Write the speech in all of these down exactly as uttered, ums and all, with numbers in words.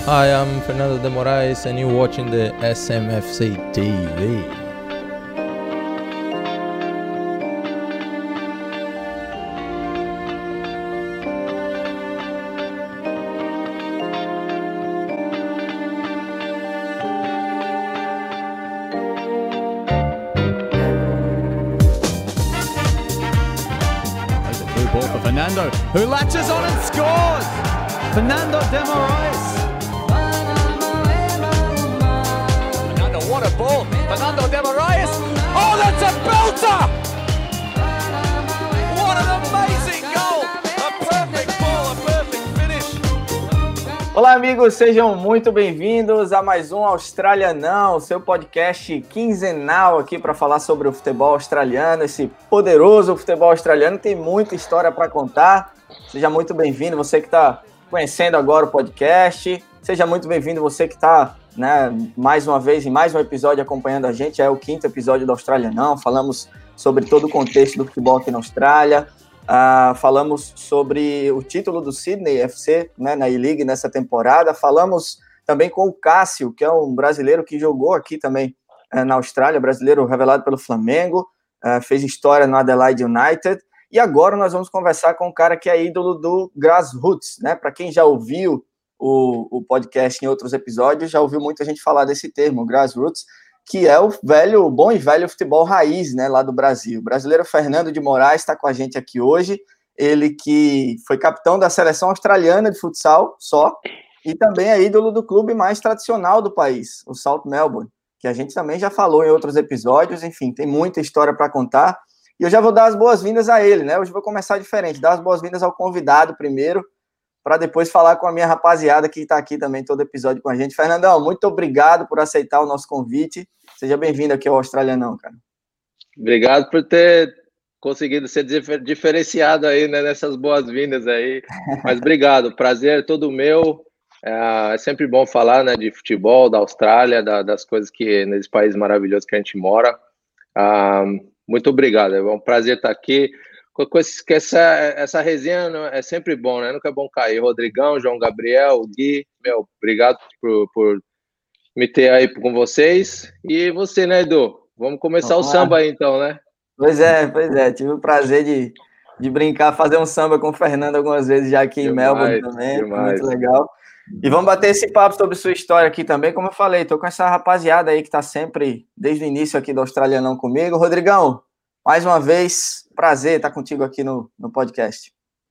I am Fernando de Moraes and you're watching the S M F C T V. There's a through ball for Fernando, who latches on and scores! Fernando de Moraes. Fernando, what a ball! Fernando de Moraes. Oh, that's a belter! What an amazing goal! A perfect ball, a perfect finish. Olá, amigos, sejam muito bem-vindos a mais um Australianão, seu podcast quinzenal aqui para falar sobre o futebol australiano, esse poderoso futebol australiano. Tem muita história para contar. Seja muito bem-vindo, você que está conhecendo agora o podcast. Seja muito bem-vindo você que está, né, mais uma vez em mais um episódio acompanhando a gente. É o quinto episódio do Australianão. Falamos sobre todo o contexto do futebol aqui na Austrália. Uh, falamos sobre o título do Sydney F C, né, na E-League nessa temporada. Falamos também com o Cássio, que é um brasileiro que jogou aqui também uh, na Austrália, brasileiro revelado pelo Flamengo, uh, fez história no Adelaide United. E agora nós vamos conversar com um cara que é ídolo do Grassroots, né? Para quem já ouviu o, o podcast em outros episódios, já ouviu muita gente falar desse termo, Grassroots, que é o velho, o bom e velho futebol raiz, né, lá do Brasil. O brasileiro Fernando de Moraes está com a gente aqui hoje, ele que foi capitão da seleção australiana de futsal só, e também é ídolo do clube mais tradicional do país, o South Melbourne, que a gente também já falou em outros episódios. Enfim, tem muita história para contar. E eu já vou dar as boas-vindas a ele, né? Hoje eu vou começar diferente, dar as boas-vindas ao convidado primeiro, para depois falar com a minha rapaziada que está aqui também todo episódio com a gente. Fernandão, muito obrigado por aceitar o nosso convite. Seja bem-vindo aqui ao Australianão, cara. Obrigado por ter conseguido ser diferenciado aí, né, nessas boas-vindas aí. Mas obrigado, prazer é todo meu. É, é sempre bom falar, né, de futebol, da Austrália, da, das coisas que nesse país maravilhoso que a gente mora. Ah, muito obrigado, é um prazer estar aqui. Com essa, essa resenha é sempre bom, né? Nunca é bom cair. Rodrigão, João Gabriel, Gui, meu, obrigado por, por me ter aí com vocês. E você, né, Edu? Vamos começar ah, o samba aí, então, né? Pois é, pois é. Tive o prazer de, de brincar, fazer um samba com o Fernando algumas vezes já aqui demais, em Melbourne também. Demais. Muito legal. E vamos bater esse papo sobre sua história aqui também. Como eu falei, tô com essa rapaziada aí que tá sempre, desde o início aqui do Australianão comigo. Rodrigão, mais uma vez, prazer estar contigo aqui no, no podcast.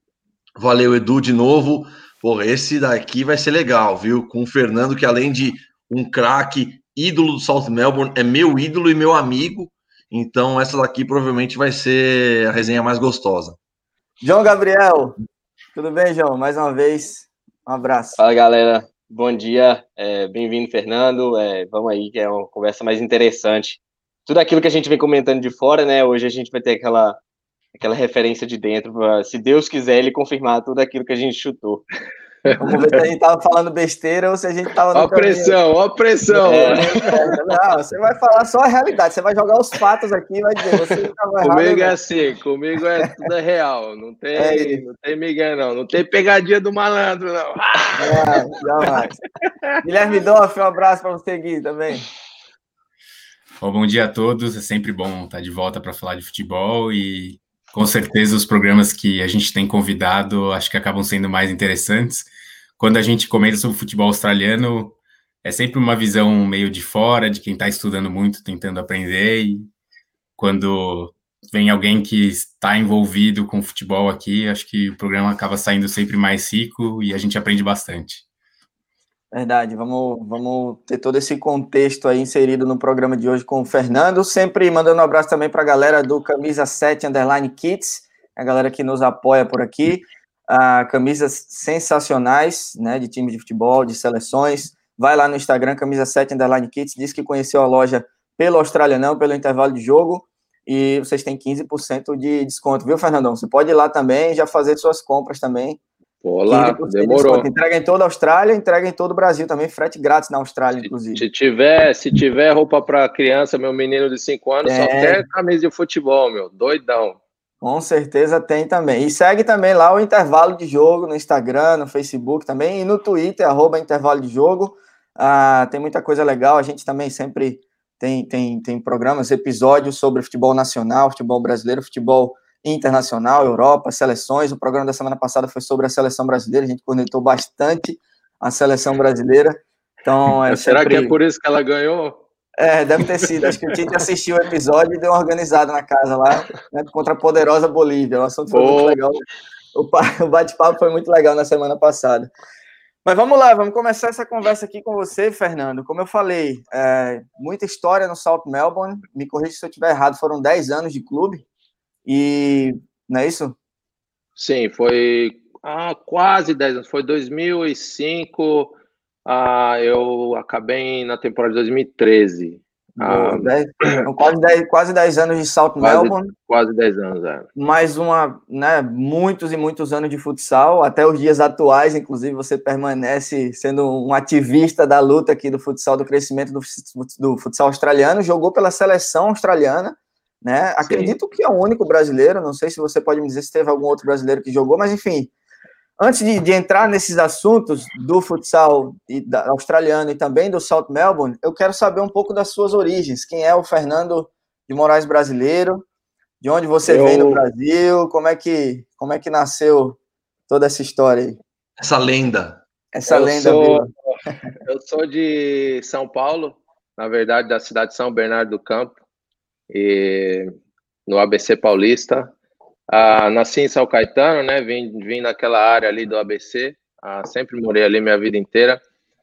Valeu, Edu, de novo. Porra, esse daqui vai ser legal, viu? Com o Fernando, que além de um craque, ídolo do South Melbourne, é meu ídolo e meu amigo. Então, essa daqui provavelmente vai ser a resenha mais gostosa. João Gabriel, tudo bem, João? Mais uma vez, um abraço. Fala, galera. Bom dia. É, bem-vindo, Fernando. É, vamos aí, que é uma conversa mais interessante. Tudo aquilo que a gente vem comentando de fora, né? Hoje a gente vai ter aquela, aquela referência de dentro, pra, se Deus quiser, ele confirmar tudo aquilo que a gente chutou. Vamos ver se a gente tava falando besteira ou se a gente tava no ó a pressão, ó a pressão. É, é, não, você vai falar só a realidade, você vai jogar os fatos aqui e vai dizer, você tava errado. Comigo é assim, comigo é tudo é real, não tem, é não tem migué não, não tem pegadinha do malandro não. Não, jamais. Guilherme Doff, um abraço para você, Gui, também. Bom, bom dia a todos, é sempre bom estar de volta para falar de futebol e com certeza os programas que a gente tem convidado acho que acabam sendo mais interessantes. Quando a gente comenta sobre futebol australiano, é sempre uma visão meio de fora, de quem está estudando muito, tentando aprender, e quando vem alguém que está envolvido com futebol aqui, acho que o programa acaba saindo sempre mais rico e a gente aprende bastante. Verdade, vamos, vamos ter todo esse contexto aí inserido no programa de hoje com o Fernando, sempre mandando um abraço também para a galera do Camisa sete Underline Kids, a galera que nos apoia por aqui, uh, camisas sensacionais, né, de times de futebol, de seleções. Vai lá no Instagram, Camisa sete Underline Kids, diz que conheceu a loja pelo Australianão, pelo intervalo de jogo, e vocês têm quinze por cento de desconto, viu, Fernandão? Você pode ir lá também e já fazer suas compras também. Olá, demorou. De entrega em toda a Austrália, entrega em todo o Brasil também, frete grátis na Austrália, inclusive. Se tiver, se tiver roupa para criança, meu menino de cinco anos, é. Só quer camisa de futebol, meu, doidão. Com certeza tem também. E segue também lá o Intervalo de Jogo no Instagram, no Facebook também, e no Twitter, arroba Intervalo de Jogo. Ah, tem muita coisa legal, a gente também sempre tem, tem, tem programas, episódios sobre futebol nacional, futebol brasileiro, futebol internacional, Europa, seleções. O programa da semana passada foi sobre a seleção brasileira, a gente conectou bastante a seleção brasileira. Então, é Será sempre... que é por isso que ela ganhou? É, deve ter sido. Acho que o Tite assistiu o episódio e deu uma organizada na casa lá, né, contra a poderosa Bolívia. O assunto foi muito legal. O bate-papo foi muito legal na semana passada. Mas vamos lá, vamos começar essa conversa aqui com você, Fernando. Como eu falei, é, muita história no South Melbourne. Me corrija se eu estiver errado, foram dez anos de clube. E não é isso? Sim, foi ah, quase dez anos. Foi dois mil e cinco... Ah, eu acabei na temporada de dois mil e treze. Ah, dez, quase, dez, quase dez anos de South quase, Melbourne. Quase dez anos, é. Mais uma, né, muitos e muitos anos de futsal, até os dias atuais, inclusive você permanece sendo um ativista da luta aqui do futsal, do crescimento do, do futsal australiano, jogou pela seleção australiana, né? Acredito que é o único brasileiro, não sei se você pode me dizer se teve algum outro brasileiro que jogou, mas enfim... Antes de, de entrar nesses assuntos do futsal e da, australiano e também do South Melbourne, eu quero saber um pouco das suas origens. Quem é o Fernando de Moraes brasileiro? De onde você eu... veio no Brasil? Como é que, como é que nasceu toda essa história aí? Essa lenda. Essa eu lenda. Sou, eu sou de São Paulo, na verdade, da cidade de São Bernardo do Campo, e no A B C Paulista. Ah, nasci em São Caetano, né? Vim, vim naquela área ali do A B C. Ah, sempre morei ali minha vida inteira.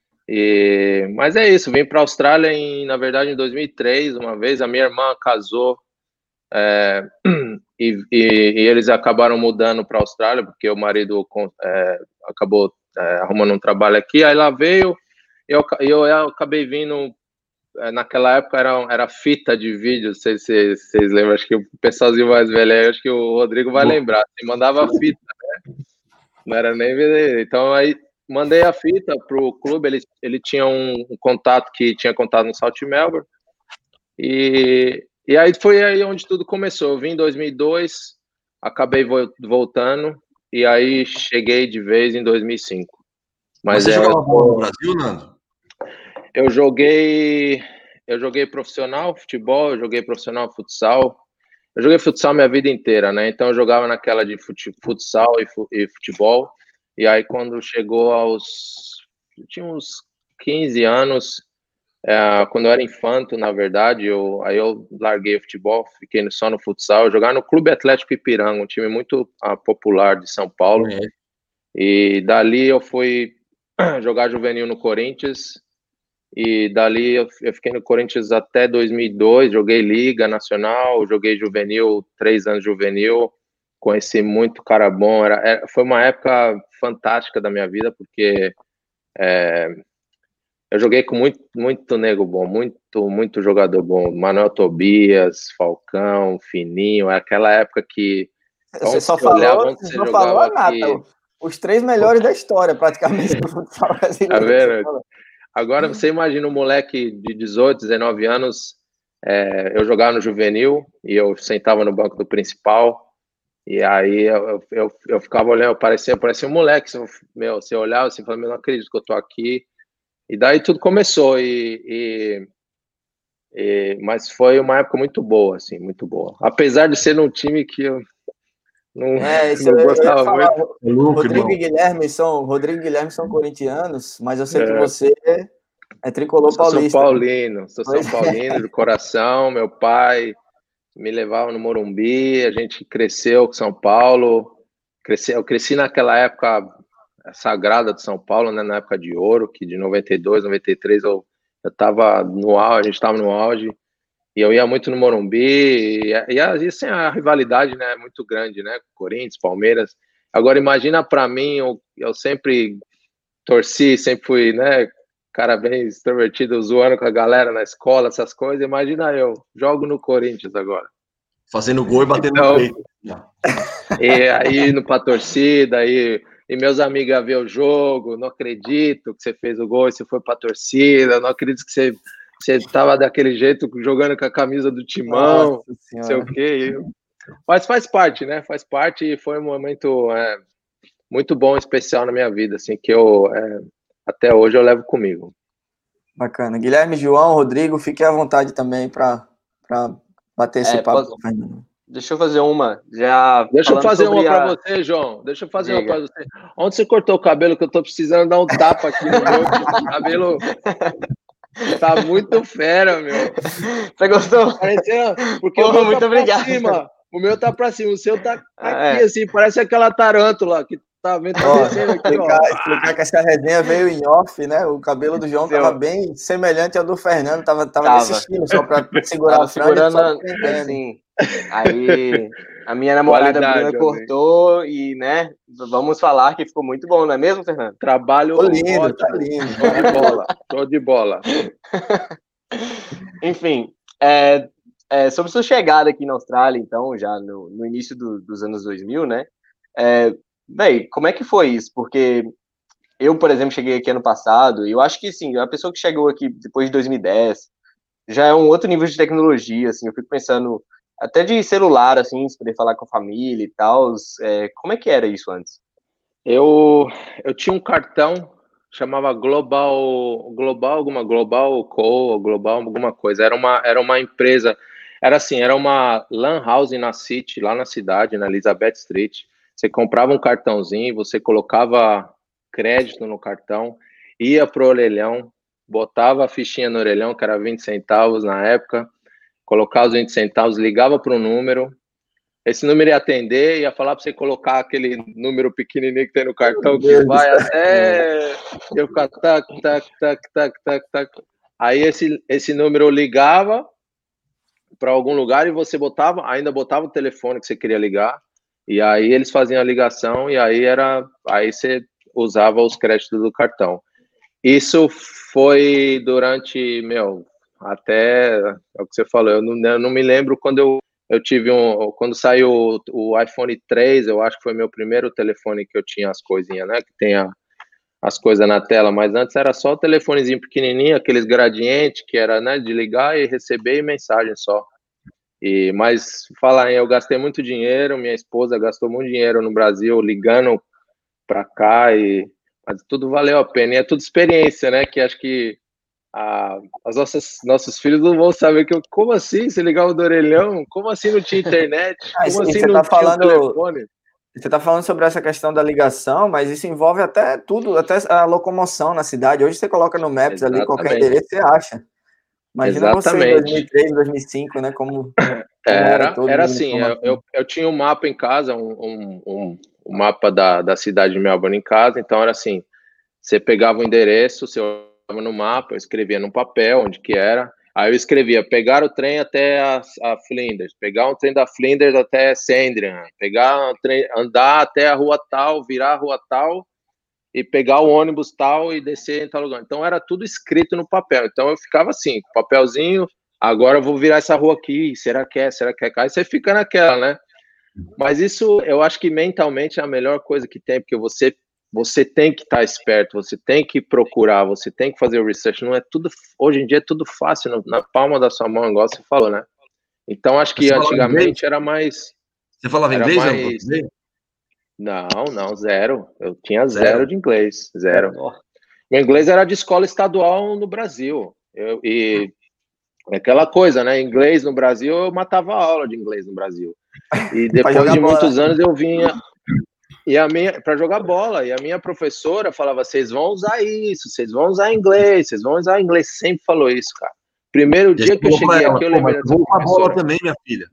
E, mas é isso, vim para a Austrália, em, na verdade, em dois mil e três, uma vez. A minha irmã casou é, e, e, e eles acabaram mudando para a Austrália, porque o marido é, acabou é, arrumando um trabalho aqui. Aí lá veio, e eu, eu, eu acabei vindo. Naquela época era, era fita de vídeo, não sei se vocês lembram, acho que o pessoalzinho mais velho, acho que o Rodrigo vai lembrar, você mandava fita, né? Não era nem V D. Então aí mandei a fita pro clube, ele, ele tinha um, um contato que tinha contato no South Melbourne, e, e aí foi aí onde tudo começou. Eu vim em dois mil e dois, acabei voltando, e aí cheguei de vez em dois mil e cinco. Mas você é, jogava bola no Brasil, Nando? Eu joguei, eu joguei profissional futebol, eu joguei profissional futsal. Eu joguei futsal minha vida inteira, né? Então eu jogava naquela de futsal e futebol. E aí quando chegou aos, eu tinha uns quinze anos, é, quando eu era infanto, na verdade, eu, aí eu larguei o futebol, fiquei só no futsal. Eu jogava no Clube Atlético Ipiranga, um time muito uh, popular de São Paulo. É. E dali eu fui jogar juvenil no Corinthians. E dali eu, eu fiquei no Corinthians até dois mil e dois, joguei Liga Nacional, joguei juvenil, três anos juvenil, conheci muito cara bom, era, era, foi uma época fantástica da minha vida, porque é, eu joguei com muito, muito nego bom, muito, muito jogador bom, Manuel Tobias, Falcão, Fininho, é aquela época que... Você só falou, você não falou a nada, os três melhores da história, praticamente, do futsal brasileiro. Tá vendo? Agora, você imagina um moleque de dezoito, dezenove anos, é, eu jogava no juvenil e eu sentava no banco do principal, e aí eu, eu, eu ficava olhando, eu parecia, parecia um moleque, meu, você olhava assim, falava, não acredito que eu tô aqui, e daí tudo começou, e, e, e, mas foi uma época muito boa, assim, muito boa, apesar de ser num time que eu não, é, isso não eu gostava falar, muito. Rodrigo e Guilherme são, Rodrigo e Guilherme são corintianos, mas eu sei é. que você é tricolor sou paulista. São Paulino, né? Sou pois São Paulino é. de coração, meu pai me levava no Morumbi, a gente cresceu com São Paulo, cresci, eu cresci naquela época sagrada de São Paulo, né, na época de ouro, que de noventa e dois, noventa e três eu, eu tava no auge, a gente estava no auge, e eu ia muito no Morumbi, e, e assim, a rivalidade, né, é muito grande, né, Corinthians, Palmeiras. Agora imagina para mim, eu, eu sempre torci, sempre fui, né, cara bem extrovertido, zoando com a galera na escola, essas coisas, imagina eu, jogo no Corinthians agora. Fazendo gol e batendo então, no peito. E aí indo pra torcida, aí, e meus amigos iam ver o jogo, não acredito que você fez o gol e você foi pra torcida, não acredito que você... Você tava daquele jeito, jogando com a camisa do Timão, não sei o quê. Mas faz parte, né? Faz parte e foi um momento é, muito bom, especial na minha vida, assim, que eu é, até hoje eu levo comigo. Bacana. Guilherme, João, Rodrigo, fiquem à vontade também para bater esse É, papo. posso- Deixa eu fazer uma. Já Deixa eu falando fazer uma sobre para a- você, João. Deixa eu fazer Diga. uma para você. Onde você cortou o cabelo que eu tô precisando dar um tapa aqui no meu o cabelo? Tá muito fera, meu. Você gostou? Parecendo, porque Porra, o meu muito tá obrigado. pra cima. O meu tá pra cima, o seu tá aqui, Ah, é. assim, parece aquela tarântula que tá vendo, tá Ó, descendo aqui, ó. explicar, explicar que essa resenha veio em off, né? O cabelo do João Seu- tava bem semelhante ao do Fernando, tava, tava, Tava. nesse estilo, só para segurar Tava a franja, segurando só a- prendendo. assim. Aí a minha namorada Qualidade, Bruna amigo. cortou e, né, vamos falar que ficou muito bom, não é mesmo, Fernando? Trabalho Ficou lindo, ótimo. tá lindo. Show de bola, show de bola. Enfim, é, é, sobre sua chegada aqui na Austrália, então, já no, no início do- dos anos dois mil, né? É, véi, como é que foi isso? Porque eu, por exemplo, cheguei aqui ano passado, e eu acho que, sim, a pessoa que chegou aqui depois de dois mil e dez já é um outro nível de tecnologia, assim, eu fico pensando, até de celular, assim, se poder falar com a família e tal, é, como é que era isso antes? Eu, eu tinha um cartão, chamava Global, Global alguma, Global Co, Global alguma coisa. Era uma, era uma empresa, era assim, era uma lan house na City, lá na cidade, na Elizabeth Street. Você comprava um cartãozinho, você colocava crédito no cartão, ia pro orelhão, botava a fichinha no orelhão, que era vinte centavos na época, colocava os vinte centavos, ligava para o número. Esse número ia atender, ia falar para você colocar aquele número pequenininho que tem no cartão, que Deus vai do céu. até... Eu ficava tac, tac, tac, tac, tac, tac. Aí esse, esse número ligava para algum lugar e você botava, ainda botava o telefone que você queria ligar, e aí eles faziam a ligação, e aí era... Aí você usava os créditos do cartão. Isso foi durante, meu, até... É o que você falou, eu não, eu não me lembro quando eu Eu tive um... Quando saiu o, o iPhone três, eu acho que foi meu primeiro telefone que eu tinha as coisinhas, né? Que tem a, as coisas na tela, mas antes era só o telefonezinho pequenininho, aqueles gradientes, que era, né, de ligar e receber e mensagem só. E, mas, falar em, eu gastei muito dinheiro, minha esposa gastou muito dinheiro no Brasil, ligando pra cá, e, mas tudo valeu a pena. E é tudo experiência, né? Que acho que Ah, as nossas, nossos filhos não vão saber que eu, como assim você ligava do orelhão? Como assim não tinha internet? Ah, Como e assim você não tá tinha falando- telefone? Você está falando sobre essa questão da ligação, mas isso envolve até tudo, até a locomoção na cidade. Hoje você coloca no Maps ali, qualquer Exatamente. endereço você acha. Imagina você em Exatamente. dois mil e três, dois mil e cinco, né? Como, como Era, todo era mundo assim, informação. eu, eu, eu tinha um mapa em casa, um, um, um, um mapa da, da cidade de Melbourne em casa, então era assim, você pegava o endereço, você olhava no mapa, eu escrevia num papel onde que era, aí eu escrevia, pegar o trem até a, a Flinders, pegar um trem da Flinders até Sandringham, pegar um trem, andar até a rua tal, virar a rua tal, e pegar o ônibus tal e descer em tal lugar. Então era tudo escrito no papel, então eu ficava assim, papelzinho, agora eu vou virar essa rua aqui, será que é, será que é? Aí você fica naquela, né? Mas isso, eu acho que mentalmente é a melhor coisa que tem, porque você, você tem que estar esperto, você tem que procurar, você tem que fazer o research, não é tudo, hoje em dia é tudo fácil, no, na palma da sua mão, igual você falou, né? Então acho que Você falava antigamente inglês? era mais... Você falava Era inglês? mais- Não? Não, não, zero. Eu tinha zero, Zero? de inglês, zero. Meu inglês era de escola estadual no Brasil. Eu, e aquela coisa, né? Inglês no Brasil, eu matava a aula de inglês no Brasil. E depois jogar de bola. muitos anos eu vinha e a minha para jogar bola, e a minha professora falava: "Vocês vão usar isso, vocês vão usar inglês, vocês vão usar inglês", sempre falou isso, cara. Primeiro dia que eu cheguei aqui, eu lembrei dessa Vou com a bola professora. também, minha filha.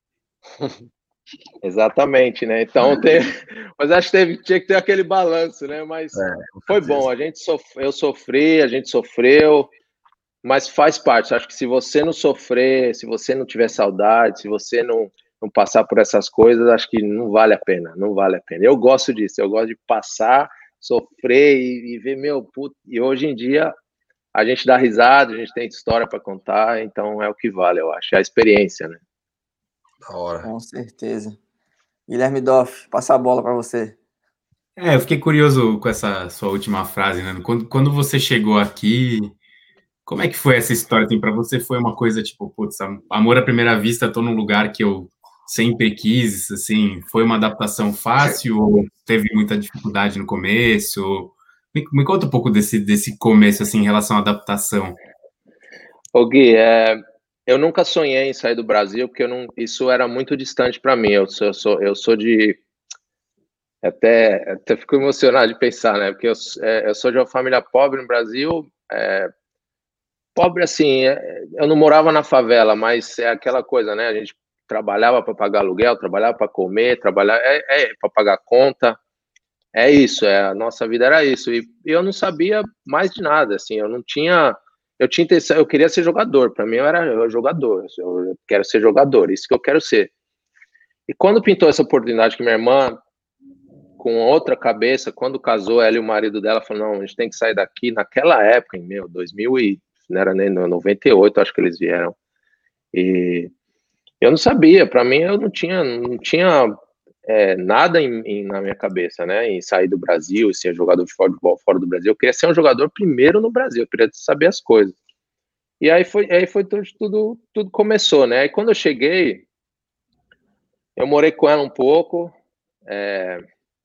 Exatamente, né? Então tem, mas acho que teve, tinha que ter aquele balanço, né? Mas É, com foi certeza. bom, a gente sof... eu sofri, a gente sofreu, mas faz parte. Acho que se você não sofrer, se você não tiver saudade, se você não, não passar por essas coisas, acho que não vale a pena, não vale a pena. Eu gosto disso, eu gosto de passar, sofrer e, e ver, meu, puto, e hoje em dia a gente dá risada, a gente tem história para contar, então é o que vale, eu acho, é a experiência, né? Da hora. Com certeza. Guilherme Doff, passa a bola para você. É, eu fiquei curioso com essa sua última frase, né? Quando, quando você chegou aqui, como é que foi essa história? Assim, para você foi uma coisa tipo, putz, amor à primeira vista, tô num lugar que eu sempre quis, assim, foi uma adaptação fácil ou teve muita dificuldade no começo? Me, me conta um pouco desse, desse começo, assim, em relação à adaptação. Ô Gui, é, eu nunca sonhei em sair do Brasil, porque eu não, isso era muito distante para mim. Eu sou, eu, sou, eu sou de... Até, até fico emocionado de pensar, né? Porque eu, é, eu sou de uma família pobre no Brasil, é, pobre assim, é, eu não morava na favela, mas é aquela coisa, né? A gente trabalhava para pagar aluguel, trabalhava para comer, trabalhar é, é para pagar conta, é isso, é, a nossa vida era isso, e, e eu não sabia mais de nada, assim, eu não tinha, eu tinha intenção, eu queria ser jogador, para mim eu era eu jogador, eu quero ser jogador, isso que eu quero ser. E quando pintou essa oportunidade que minha irmã, com outra cabeça, quando casou, ela e o marido dela falou, não, a gente tem que sair daqui, naquela época, em meu, dois mil e, não era nem noventa e oito, acho que eles vieram, e eu não sabia, para mim eu não tinha, não tinha é, nada em, em, na minha cabeça, né, em sair do Brasil, e ser jogador de futebol fora do Brasil. Eu queria ser um jogador primeiro no Brasil, eu queria saber as coisas. E aí foi, aí foi tudo, tudo, tudo começou, né, e quando eu cheguei, eu morei com ela um pouco, é,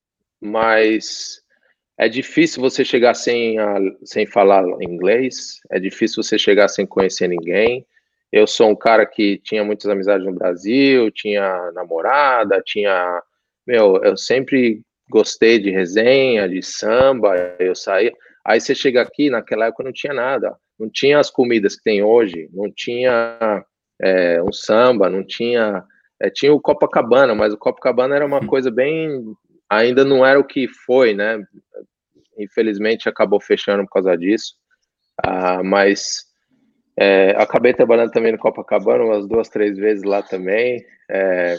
mas é difícil você chegar sem, a, sem falar inglês, é difícil você chegar sem conhecer ninguém. Eu sou um cara que tinha muitas amizades no Brasil, tinha namorada, tinha... Meu, eu sempre gostei de resenha, de samba, eu saía... Aí você chega aqui, naquela época não tinha nada, não tinha as comidas que tem hoje, não tinha é, um samba, não tinha... É, tinha o Copacabana, mas o Copacabana era uma coisa bem... Ainda não era o que foi, né? Infelizmente acabou fechando por causa disso, ah, mas... É, acabei trabalhando também no Copacabana umas duas, três vezes lá também, é,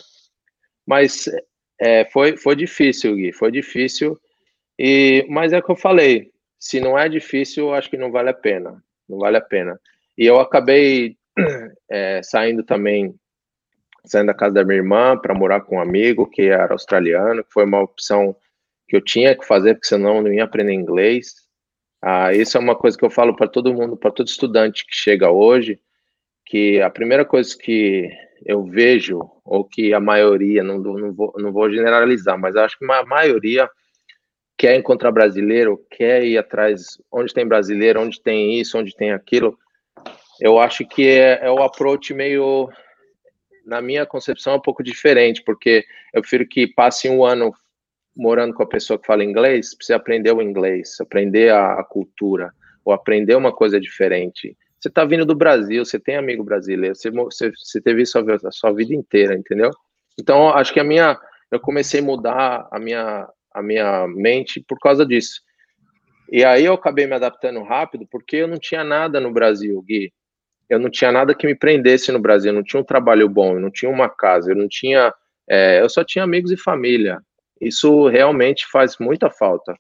mas é, foi, foi difícil, Gui, foi difícil, e, mas é o que eu falei, se não é difícil, eu acho que não vale a pena, não vale a pena. E eu acabei é, saindo também, saindo da casa da minha irmã para morar com um amigo que era australiano, que foi uma opção que eu tinha que fazer, porque senão eu não ia aprender inglês. Ah, isso é uma coisa que eu falo para todo mundo, para todo estudante que chega hoje, que a primeira coisa que eu vejo, ou que a maioria, não, não, vou, não vou generalizar, mas acho que a maioria quer encontrar brasileiro, quer ir atrás, onde tem brasileiro, onde tem isso, onde tem aquilo. Eu acho que é, é o approach meio, na minha concepção, é um pouco diferente, porque eu prefiro que passe um ano morando com a pessoa que fala inglês, precisa aprender o inglês, aprender a, a cultura, ou aprender uma coisa diferente. Você está vindo do Brasil, você tem amigo brasileiro, você, você, você teve isso a, a sua vida inteira, entendeu? Então, acho que a minha, eu comecei a mudar a minha, a minha mente por causa disso. E aí eu acabei me adaptando rápido, porque eu não tinha nada no Brasil, Gui. Eu não tinha nada que me prendesse no Brasil, eu não tinha um trabalho bom, eu não tinha uma casa, eu não tinha... É, eu só tinha amigos e família. Isso realmente faz muita falta.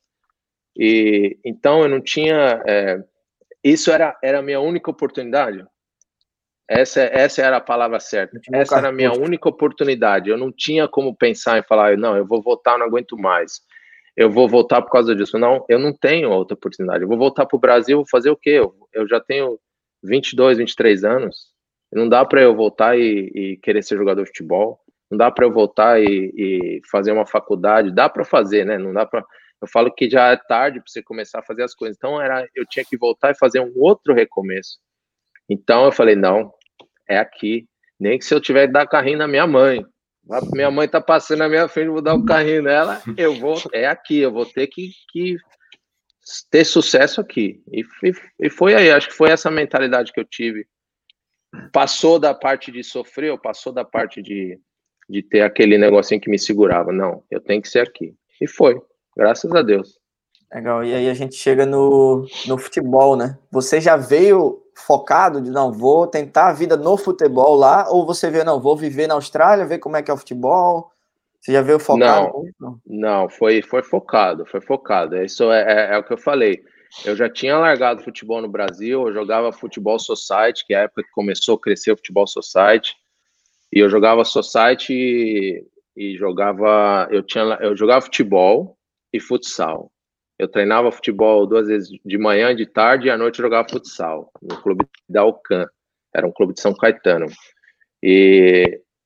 E então eu não tinha... É, isso era, era a minha única oportunidade. Essa, essa era a palavra certa. Essa era a minha única oportunidade. Eu não tinha como pensar em falar, não, eu vou voltar, não aguento mais. Eu vou voltar por causa disso. Não, eu não tenho outra oportunidade. Eu vou voltar para o Brasil, vou fazer o quê? Eu, eu já tenho vinte e dois, vinte e três anos. Não dá para eu voltar e, e querer ser jogador de futebol. Não dá para eu voltar e, e fazer uma faculdade. Dá para fazer, né? Não dá para... Eu falo que já é tarde para você começar a fazer as coisas. Então, era, eu tinha que voltar e fazer um outro recomeço. Então, eu falei, não, é aqui. Nem que se eu tiver que dar carrinho na minha mãe. Minha mãe tá passando na minha frente, eu vou dar o um carrinho nela. Eu vou... É aqui, eu vou ter que, que ter sucesso aqui. E, e, e foi aí. Acho que foi essa mentalidade que eu tive. Passou da parte de sofrer, ou passou da parte de... de ter aquele negocinho que me segurava. Não, eu tenho que ser aqui. E foi, graças a Deus. Legal, e aí a gente chega no, no futebol, né? Você já veio focado de, não, vou tentar a vida no futebol lá, ou você veio, não, vou viver na Austrália, ver como é que é o futebol? Você já veio focado? Não, não foi, foi focado, foi focado. Isso é, é, é o que eu falei. Eu já tinha largado futebol no Brasil, eu jogava futebol society, que é a época que começou a crescer o futebol society. E eu jogava society e, e jogava, eu tinha, eu jogava futebol e futsal. Eu treinava futebol duas vezes de manhã, de tarde, e à noite eu jogava futsal no clube da Alcan. Era um clube de São Caetano. E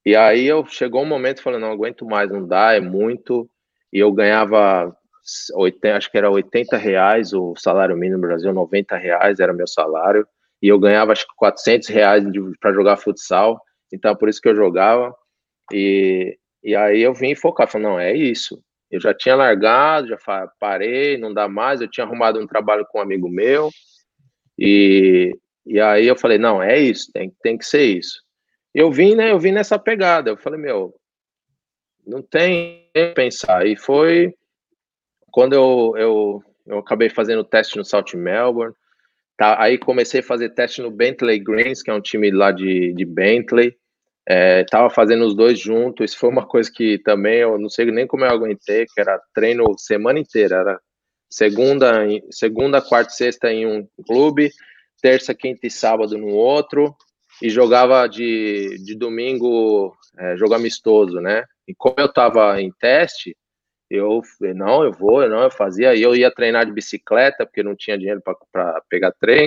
e aí eu chegou um momento, falei, não aguento mais, não dá, é muito, e eu ganhava, oitenta, acho que era oitenta reais o salário mínimo no Brasil, noventa reais era meu salário, e eu ganhava acho que quatrocentos reais para jogar futsal, então por isso que eu jogava, e, e aí eu vim focar, falei, não, é isso, eu já tinha largado, já parei, não dá mais, eu tinha arrumado um trabalho com um amigo meu, e, e aí eu falei, não, é isso, tem, tem que ser isso. Eu vim, né, eu vim nessa pegada, eu falei, meu, não tem que pensar, e foi quando eu, eu, eu acabei fazendo teste no South Melbourne, tá, aí comecei a fazer teste no Bentley Greens, que é um time lá de, de Bentley, é, tava fazendo os dois juntos, isso foi uma coisa que também eu não sei nem como eu aguentei, que era treino semana inteira, era segunda, segunda, quarta e sexta em um clube, terça, quinta e sábado no outro, e jogava de, de domingo, é, jogo amistoso, né? E como eu tava em teste, eu não, eu vou, eu não, eu fazia, e eu ia treinar de bicicleta, porque não tinha dinheiro para pegar trem.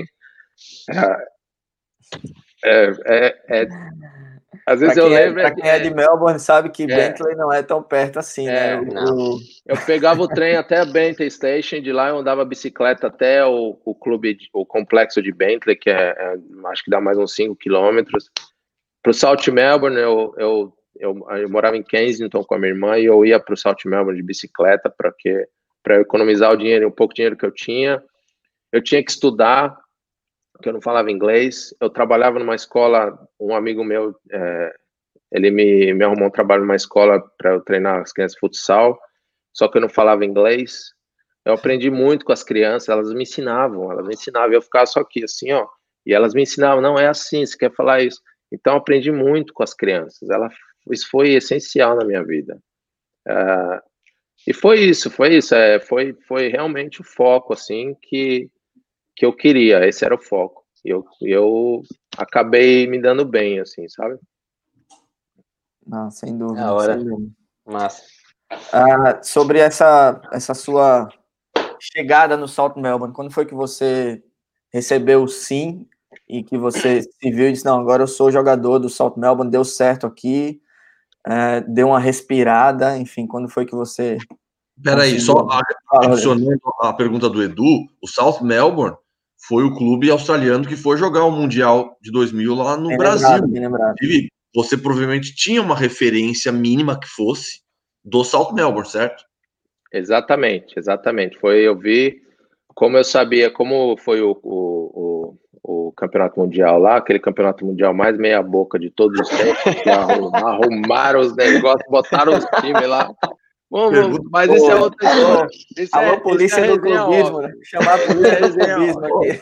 É, é, é, às vezes eu lembro. Para quem é de Melbourne, sabe que é, Bentley não é tão perto assim, é, né? O, eu pegava o trem até a Bentley Station, de lá eu andava bicicleta até o, o clube, o complexo de Bentley, que é, é acho que dá mais uns cinco quilômetros. Para o South Melbourne, eu, eu, eu, eu morava em Kensington com a minha irmã e eu ia para o South Melbourne de bicicleta para que para economizar o dinheiro, um pouco de dinheiro que eu tinha. Eu tinha que estudar, porque eu não falava inglês. Eu trabalhava numa escola, um amigo meu, é, ele me, me arrumou um trabalho numa escola para eu treinar as crianças de futsal, só que eu não falava inglês. Eu aprendi muito com as crianças, elas me ensinavam, elas me ensinavam, eu ficava só aqui assim, ó, e elas me ensinavam, não, é assim, você quer falar isso. Então, eu aprendi muito com as crianças, ela, isso foi essencial na minha vida. Uh, e foi isso, foi isso, é, foi, foi realmente o foco, assim, que, que eu queria, esse era o foco. E eu, eu acabei me dando bem, assim, sabe? Não, sem dúvida. Da hora. Sem dúvida. Massa. Ah, sobre essa, essa sua chegada no South Melbourne, quando foi que você recebeu o sim e que você se viu e disse, não, agora eu sou jogador do South Melbourne, deu certo aqui, é, deu uma respirada, enfim, quando foi que você... Peraí, só adicionando a pergunta do Edu, o South Melbourne foi o clube australiano que foi jogar o Mundial de dois mil lá no bem Brasil. Lembrado, bem lembrado. Você provavelmente tinha uma referência mínima que fosse do South Melbourne, certo? Exatamente, exatamente. Foi, eu vi, como eu sabia, como foi o, o, o, o campeonato mundial lá, aquele campeonato mundial mais meia boca de todos os tempos, que arrumaram os negócios, botaram os times lá. Bom, mas isso é outra história. Isso Alô, é, polícia isso é do clubismo, né? Chamar a polícia do clubismo aqui.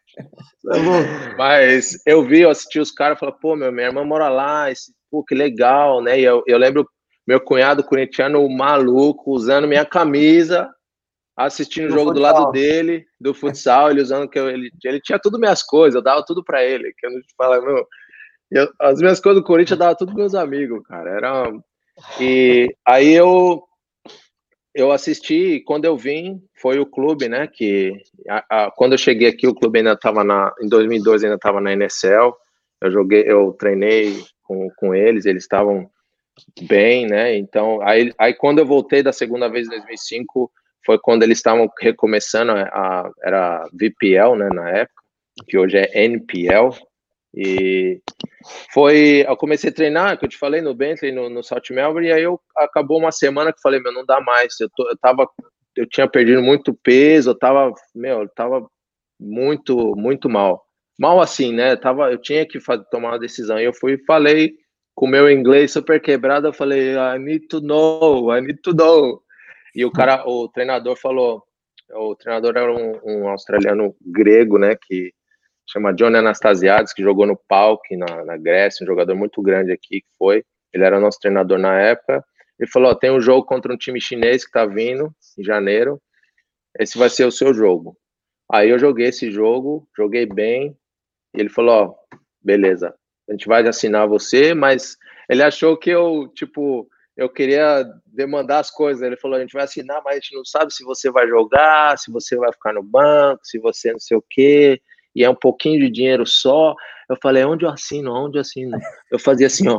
Mas eu vi, eu assisti os caras e falei, pô, meu, minha irmã mora lá, esse, pô, que legal, né? E eu, eu lembro meu cunhado corintiano maluco, usando minha camisa, assistindo o jogo futsal. Do lado dele, do futsal, ele usando que eu, ele, ele tinha tudo minhas coisas, eu dava tudo pra ele, que eu não te falo, meu, eu, as minhas coisas do Corinthians eu dava tudo pros meus amigos, cara, era... E aí eu eu assisti, quando eu vim, foi o clube, né, que a, a, quando eu cheguei aqui, o clube ainda estava na, em dois mil e doze ainda estava na N S L, eu joguei, eu treinei com, com eles, eles estavam bem, né, então, aí, aí quando eu voltei da segunda vez em dois mil e cinco, foi quando eles estavam recomeçando, a, a, era V P L, né, na época, que hoje é N P L, e foi, eu comecei a treinar, que eu te falei, no Bentley, no, no South Melbourne, e aí eu, acabou uma semana que eu falei, meu, não dá mais, eu, tô, eu tava, eu tinha perdido muito peso, eu tava, meu, eu tava muito, muito mal, mal assim, né, eu, tava, eu tinha que fazer, tomar uma decisão, e eu fui e falei, com o meu inglês super quebrado, eu falei, I need to know, I need to know, e o cara, o treinador falou, o treinador era um, um australiano grego, né, que chama Johnny Anastasiades, que jogou no P A O K na, na Grécia, um jogador muito grande aqui que foi, ele era nosso treinador na época, ele falou, ó, tem um jogo contra um time chinês que tá vindo em janeiro, esse vai ser o seu jogo. Aí eu joguei esse jogo, joguei bem, e ele falou, ó, beleza, a gente vai assinar você, mas ele achou que eu, tipo, eu queria demandar as coisas, ele falou, a gente vai assinar, mas a gente não sabe se você vai jogar, se você vai ficar no banco, se você não sei o quê, e é um pouquinho de dinheiro só. Eu falei, onde eu assino, onde eu assino? Eu fazia assim, ó,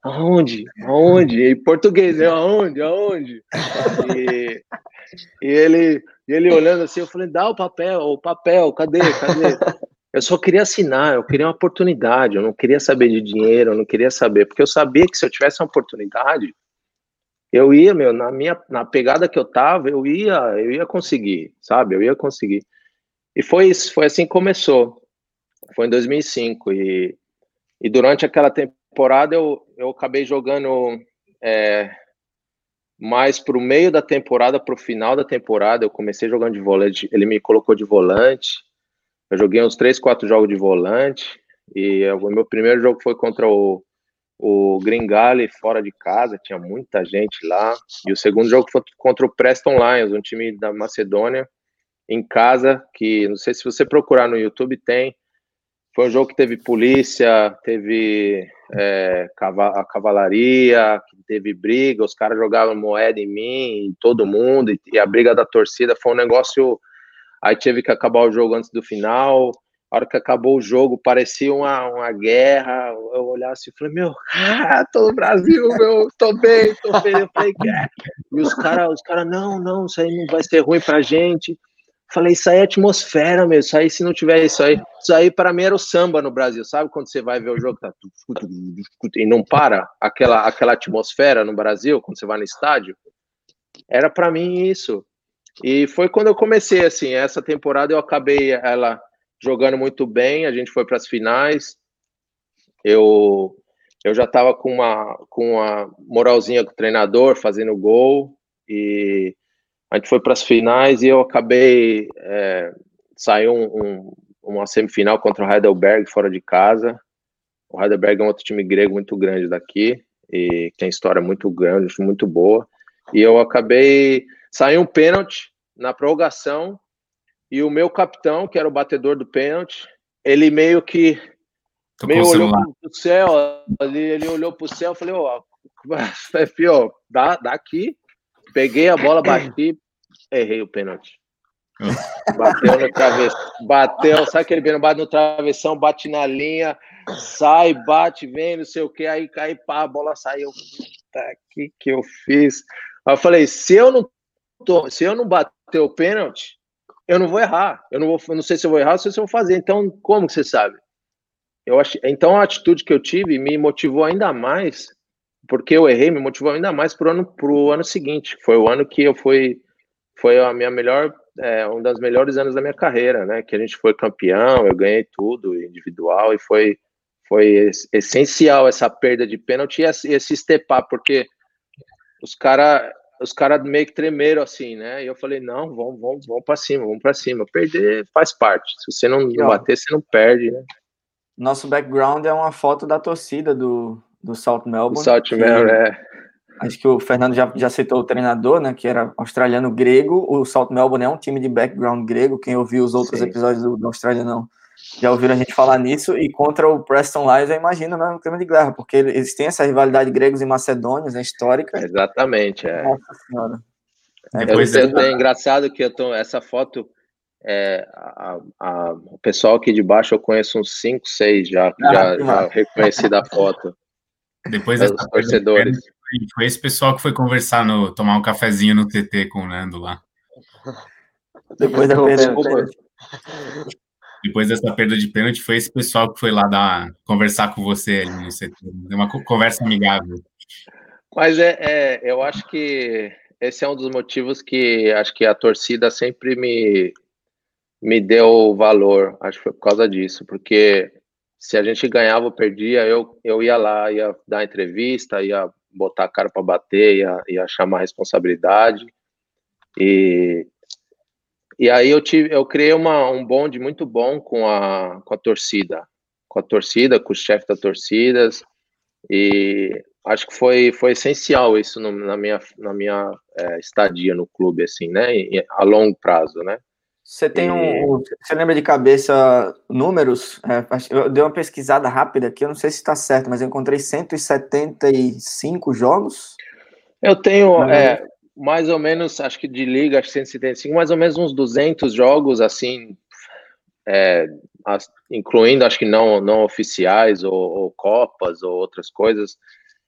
aonde? Aonde? Em português, eu, aonde? Aonde? E, e ele, ele olhando assim, eu falei, dá o papel, o papel, cadê, cadê? Eu só queria assinar, eu queria uma oportunidade, eu não queria saber de dinheiro, eu não queria saber, porque eu sabia que se eu tivesse uma oportunidade, eu ia, meu, na minha, na pegada que eu tava, eu ia, eu ia conseguir, sabe? Eu ia conseguir. E foi isso, foi assim que começou. Foi em dois mil e cinco, e, e durante aquela temporada eu, eu acabei jogando é, mais pro meio da temporada, pro final da temporada, eu comecei jogando de volante, ele me colocou de volante, eu joguei uns três, quatro jogos de volante, e o meu primeiro jogo foi contra o, o Gringale, fora de casa, tinha muita gente lá, e o segundo jogo foi contra o Preston Lions, um time da Macedônia, em casa, que não sei se você procurar no YouTube, tem. Foi um jogo que teve polícia, teve é, a cavalaria, teve briga, os caras jogavam moeda em mim, em todo mundo, e, e a briga da torcida foi um negócio. Aí teve que acabar o jogo antes do final. A hora que acabou o jogo, parecia uma, uma guerra. Eu olhava assim e falei, meu, ah, tô no Brasil, meu, tô bem, tô bem. Eu falei, é. E os caras, os cara, não, não, isso aí não vai ser ruim pra gente. Falei, isso aí é atmosfera, meu, isso aí, se não tiver isso aí, isso aí para mim era o samba no Brasil, sabe quando você vai ver o jogo, tá, e não para, aquela, aquela atmosfera no Brasil, quando você vai no estádio, era para mim isso, e foi quando eu comecei, assim, essa temporada eu acabei ela jogando muito bem, a gente foi para as finais, eu, eu já estava com uma, com uma moralzinha com o treinador, fazendo gol, e a gente foi para as finais e eu acabei, é, saiu um, um, uma semifinal contra o Heidelberg fora de casa. O Heidelberg é um outro time grego muito grande daqui e tem história muito grande, muito boa. E eu acabei, saiu um pênalti na prorrogação e o meu capitão, que era o batedor do pênalti, ele meio que Tocou meio olhou celular. para o céu, ele, ele olhou para o céu, eu falei, ó, oh, filho, dá, dá aqui. Peguei a bola, bati, errei o pênalti. Bateu no travessão, bateu, sabe aquele bem, bate no travessão, bate na linha, sai, bate, vem, não sei o que, aí cai, pá, a bola saiu. Puta, que que eu fiz? Aí eu falei, se eu não tô, se eu não bater o pênalti, eu não vou errar. Eu não vou, eu não sei se eu vou errar, ou se eu vou fazer. Então, como que você sabe? Eu acho, então a atitude que eu tive me motivou ainda mais. Porque eu errei, me motivou ainda mais pro ano, pro ano seguinte. Foi o ano que eu fui, foi a minha melhor, é, um dos melhores anos da minha carreira, né? Que a gente foi campeão, eu ganhei tudo individual e foi, foi essencial essa perda de pênalti e esse, esse step up, porque os caras, os cara meio que tremeram assim, né? E eu falei, não, vamos, vamos, vamos para cima, vamos para cima. Perder faz parte. Se você não, não bater, você não perde, né? Nosso background é uma foto da torcida do do South Melbourne. O South Melbourne, é. Acho que o Fernando já, já citou o treinador, né, que era australiano-grego. O South Melbourne é um time de background grego. Quem ouviu os outros Sim. episódios do, do Australianão já ouviram a gente falar nisso. E contra o Preston Lions, eu imagino, né, um clima de guerra, porque eles têm essa rivalidade gregos e macedônios, né, histórica. Exatamente, é. Nossa Senhora. É, Depois eu, eu, é engraçado que eu tô, essa foto, é, a, a, o pessoal aqui de baixo eu conheço uns cinco, seis já, ah, já, já reconheci da foto. Depois dessa torcedores. Foi esse pessoal que foi conversar, no tomar um cafezinho no T T com o Nando lá. Depois da perda de pênalti. Depois dessa perda de pênalti, foi esse pessoal que foi lá dar, conversar com você ali no C T. Uma conversa amigável. Mas é, é, eu acho que esse é um dos motivos que acho que a torcida sempre me, me deu valor. Acho que foi por causa disso, porque se a gente ganhava ou perdia, eu, eu ia lá, ia dar entrevista, ia botar a cara para bater, ia, ia chamar a responsabilidade. E, e aí eu, tive, eu criei uma, um bonde muito bom com a, com a torcida, com a torcida, com os chefes da torcida. E acho que foi, foi essencial isso no, na minha, na minha é, estadia no clube, assim, né? E, a longo prazo, né? Você tem um, um. Você lembra de cabeça números? É, eu dei uma pesquisada rápida aqui, eu não sei se está certo, mas eu encontrei cento e setenta e cinco jogos. Eu tenho é, mais ou menos, acho que de liga, acho que cento e setenta e cinco, mais ou menos uns duzentos jogos, assim, é, as, incluindo, acho que não, não oficiais, ou, ou Copas, ou outras coisas.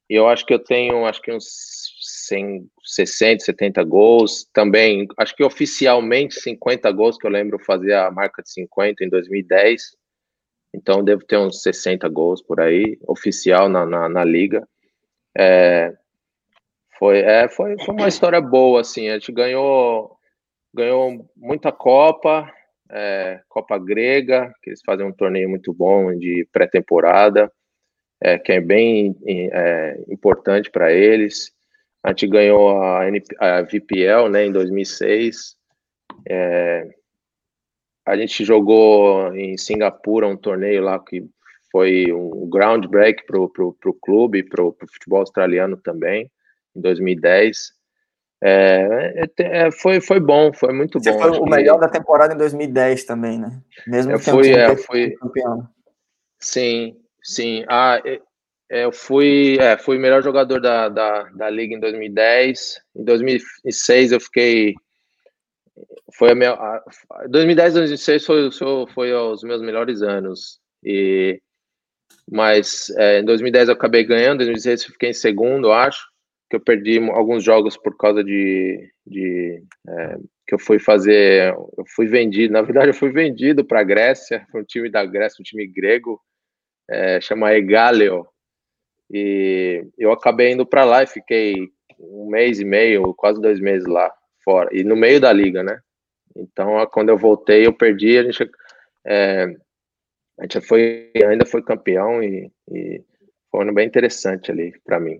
E eu acho que eu tenho, acho que uns cem, sessenta, setenta gols. Também, acho que oficialmente cinquenta gols, que eu lembro fazer a marca de cinquenta em dois mil e dez. Então, devo ter uns sessenta gols por aí, oficial na, na, na liga. É, foi, é, foi, foi uma história boa, assim. A gente ganhou, ganhou muita Copa, é, Copa Grega, que eles fazem um torneio muito bom de pré-temporada, é, que é bem é, importante para eles. A gente ganhou a, N P, a V P L, né, em dois mil e seis. É, a gente jogou em Singapura um torneio lá que foi um groundbreak para o clube e para o futebol australiano também, em dois mil e dez. É, é, foi, foi bom, foi muito Você bom. foi Acho o que... melhor da temporada em dois mil e dez também, né? Mesmo eu que fui, tenha um é, time fui... campeão. Sim, sim. Ah, eu fui, é, fui melhor jogador da, da, da liga em dois mil e dez. Em dois mil e seis eu fiquei... Foi a minha, a, dois mil e dez, dois mil e seis foi, foi, foi os meus melhores anos. E, mas é, em dois mil e dez eu acabei ganhando, em dois mil e seis eu fiquei em segundo, acho, que eu perdi alguns jogos por causa de... de é, que eu fui fazer... Eu fui vendido, na verdade eu fui vendido para a Grécia, para um time da Grécia, um time grego, é, chama Egaleo. E eu acabei indo para lá e fiquei um mês e meio, quase dois meses lá fora, e no meio da liga, né? Então, quando eu voltei, eu perdi, a gente, é, a gente foi, ainda foi campeão e, e foi um ano bem interessante ali para mim.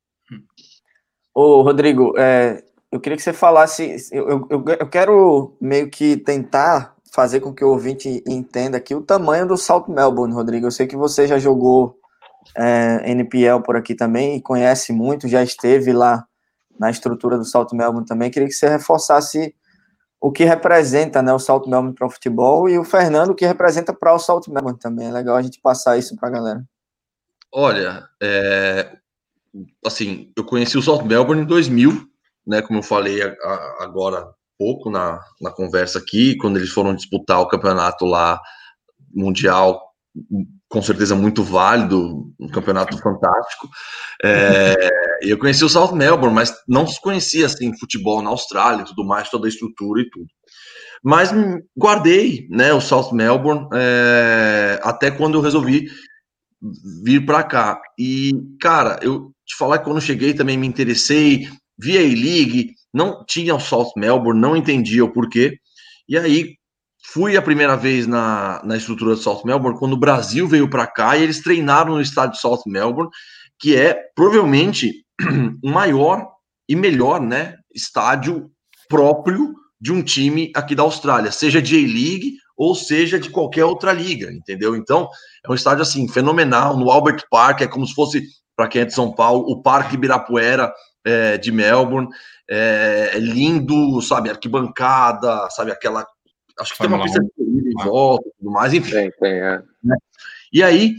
Ô, Rodrigo, é, eu queria que você falasse, eu, eu, eu quero meio que tentar fazer com que o ouvinte entenda aqui o tamanho do South Melbourne, Rodrigo. Eu sei que você já jogou é, N P L por aqui também e conhece muito, já esteve lá na estrutura do South Melbourne também. Queria que você reforçasse o que representa, né, o South Melbourne para o futebol e o Fernando o que representa para o South Melbourne também. É legal a gente passar isso para a galera. Olha, é, assim, eu conheci o South Melbourne em dois mil, né, como eu falei a, a, agora há pouco na, na conversa aqui, quando eles foram disputar o campeonato lá mundial, com certeza muito válido, um campeonato fantástico. É, eu conheci o South Melbourne, mas não conhecia assim futebol na Austrália, tudo mais, toda a estrutura e tudo. Mas guardei, né, o South Melbourne é, até quando eu resolvi vir para cá. E cara, eu te falar que quando eu cheguei também me interessei, vi a A-League, não tinha o South Melbourne, não entendia o porquê. E aí fui a primeira vez na, na estrutura do South Melbourne quando o Brasil veio para cá e eles treinaram no estádio South Melbourne, que é provavelmente o maior e melhor, né, estádio próprio de um time aqui da Austrália, seja de A-League ou seja de qualquer outra liga, entendeu? Então, é um estádio assim fenomenal, no Albert Park, é como se fosse, para quem é de São Paulo, o Parque Ibirapuera é, de Melbourne, é, é lindo, sabe, arquibancada, sabe, aquela... Acho que Fórmula tem uma pista de corrida em volta e tudo mais, enfim. Tem, tem, é. E aí,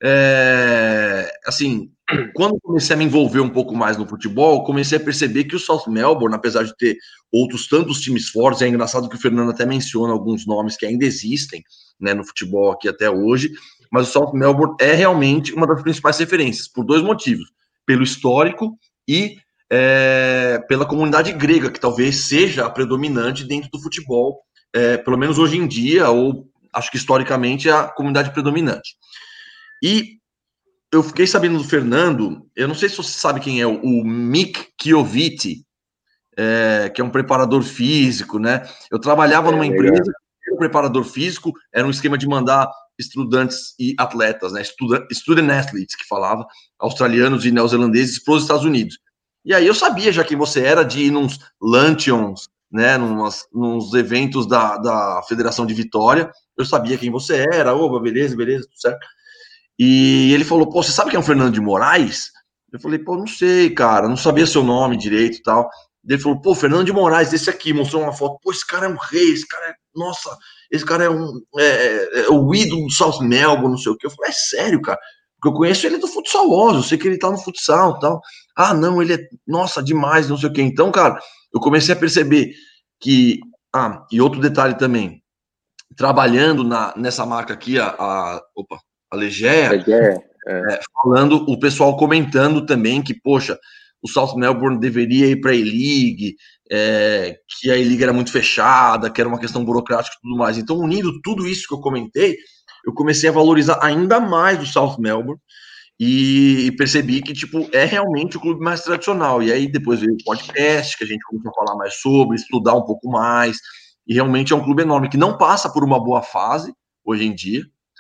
é, assim, quando comecei a me envolver um pouco mais no futebol, comecei a perceber que o South Melbourne, apesar de ter outros tantos times fortes, é engraçado que o Fernando até menciona alguns nomes que ainda existem, né, no futebol aqui até hoje, mas o South Melbourne é realmente uma das principais referências, por dois motivos. Pelo histórico e é, pela comunidade grega, que talvez seja a predominante dentro do futebol, É, pelo menos hoje em dia, ou acho que historicamente é a comunidade predominante. E eu fiquei sabendo do Fernando, eu não sei se você sabe quem é, o, o Mick Chioviti, é, que é um preparador físico, né? Eu trabalhava é, numa legal. empresa, o preparador físico era um esquema de mandar estudantes e atletas, né? Student, student athletes, que falava, australianos e neozelandeses para os Estados Unidos. E aí eu sabia já quem você era de ir nos luncheons, né, nos, nos eventos da, da Federação de Vitória, eu sabia quem você era, oba, beleza, beleza, tudo certo. E ele falou, pô, você sabe quem é o Fernando de Moraes? Eu falei, pô, não sei, cara, não sabia seu nome direito e tal. Ele falou, pô, Fernando de Moraes, esse aqui, mostrou uma foto, pô, esse cara é um rei, esse cara é, nossa, esse cara é um, é, é o ídolo do South Melbourne, não sei o quê. Eu falei, é sério, cara? Porque eu conheço ele do futsal Oz, eu sei que ele tá no futsal e tal. Ah, não, ele é, nossa, demais, não sei o quê. Então, cara, eu comecei a perceber que, ah, e outro detalhe também, trabalhando na, nessa marca aqui, a, a opa, a Legea, é. É, falando, o pessoal comentando também que, poxa, o South Melbourne deveria ir para a A-League, é, que a A-League era muito fechada, que era uma questão burocrática e tudo mais. Então, unindo tudo isso que eu comentei, eu comecei a valorizar ainda mais o South Melbourne e percebi que, tipo, é realmente o clube mais tradicional. E aí depois veio o podcast, que a gente começou a falar mais sobre, estudar um pouco mais, e realmente é um clube enorme, que não passa por uma boa fase hoje em dia,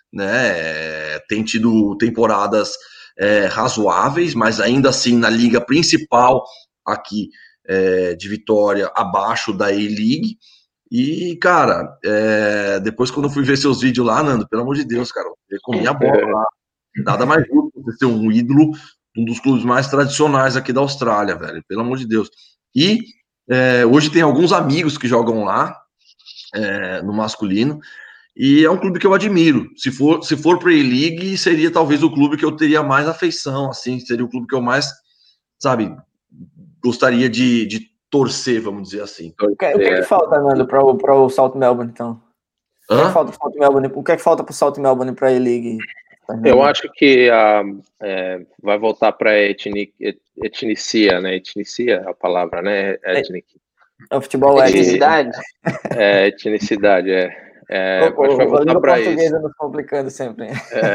né? Tem tido temporadas é, razoáveis, mas ainda assim na liga principal aqui é, de Vitória, abaixo da A-League. E, cara, é, depois quando eu fui ver seus vídeos lá, Nando, pelo amor de Deus, cara, eu comi a bola lá. Nada mais justo você ser um ídolo de um dos clubes mais tradicionais aqui da Austrália, velho, pelo amor de Deus. E é, hoje tem alguns amigos que jogam lá, é, no masculino, e é um clube que eu admiro. Se for, se for para a A-League, seria talvez o clube que eu teria mais afeição, assim, seria o clube que eu mais, sabe, gostaria de, de torcer, vamos dizer assim. O que, o que é que falta, Nando, para o, para o South Melbourne, então? O que é que falta para o South Melbourne? O que é que falta para o South Melbourne para a A-League? Eu acho que a, é, vai voltar para etni, etnicia, né? Etnicia é a palavra, né? Ethnic. É o futebol etnicidade. É, etnicidade, é. é o, acho que vai voltar para isso. Nos complicando sempre.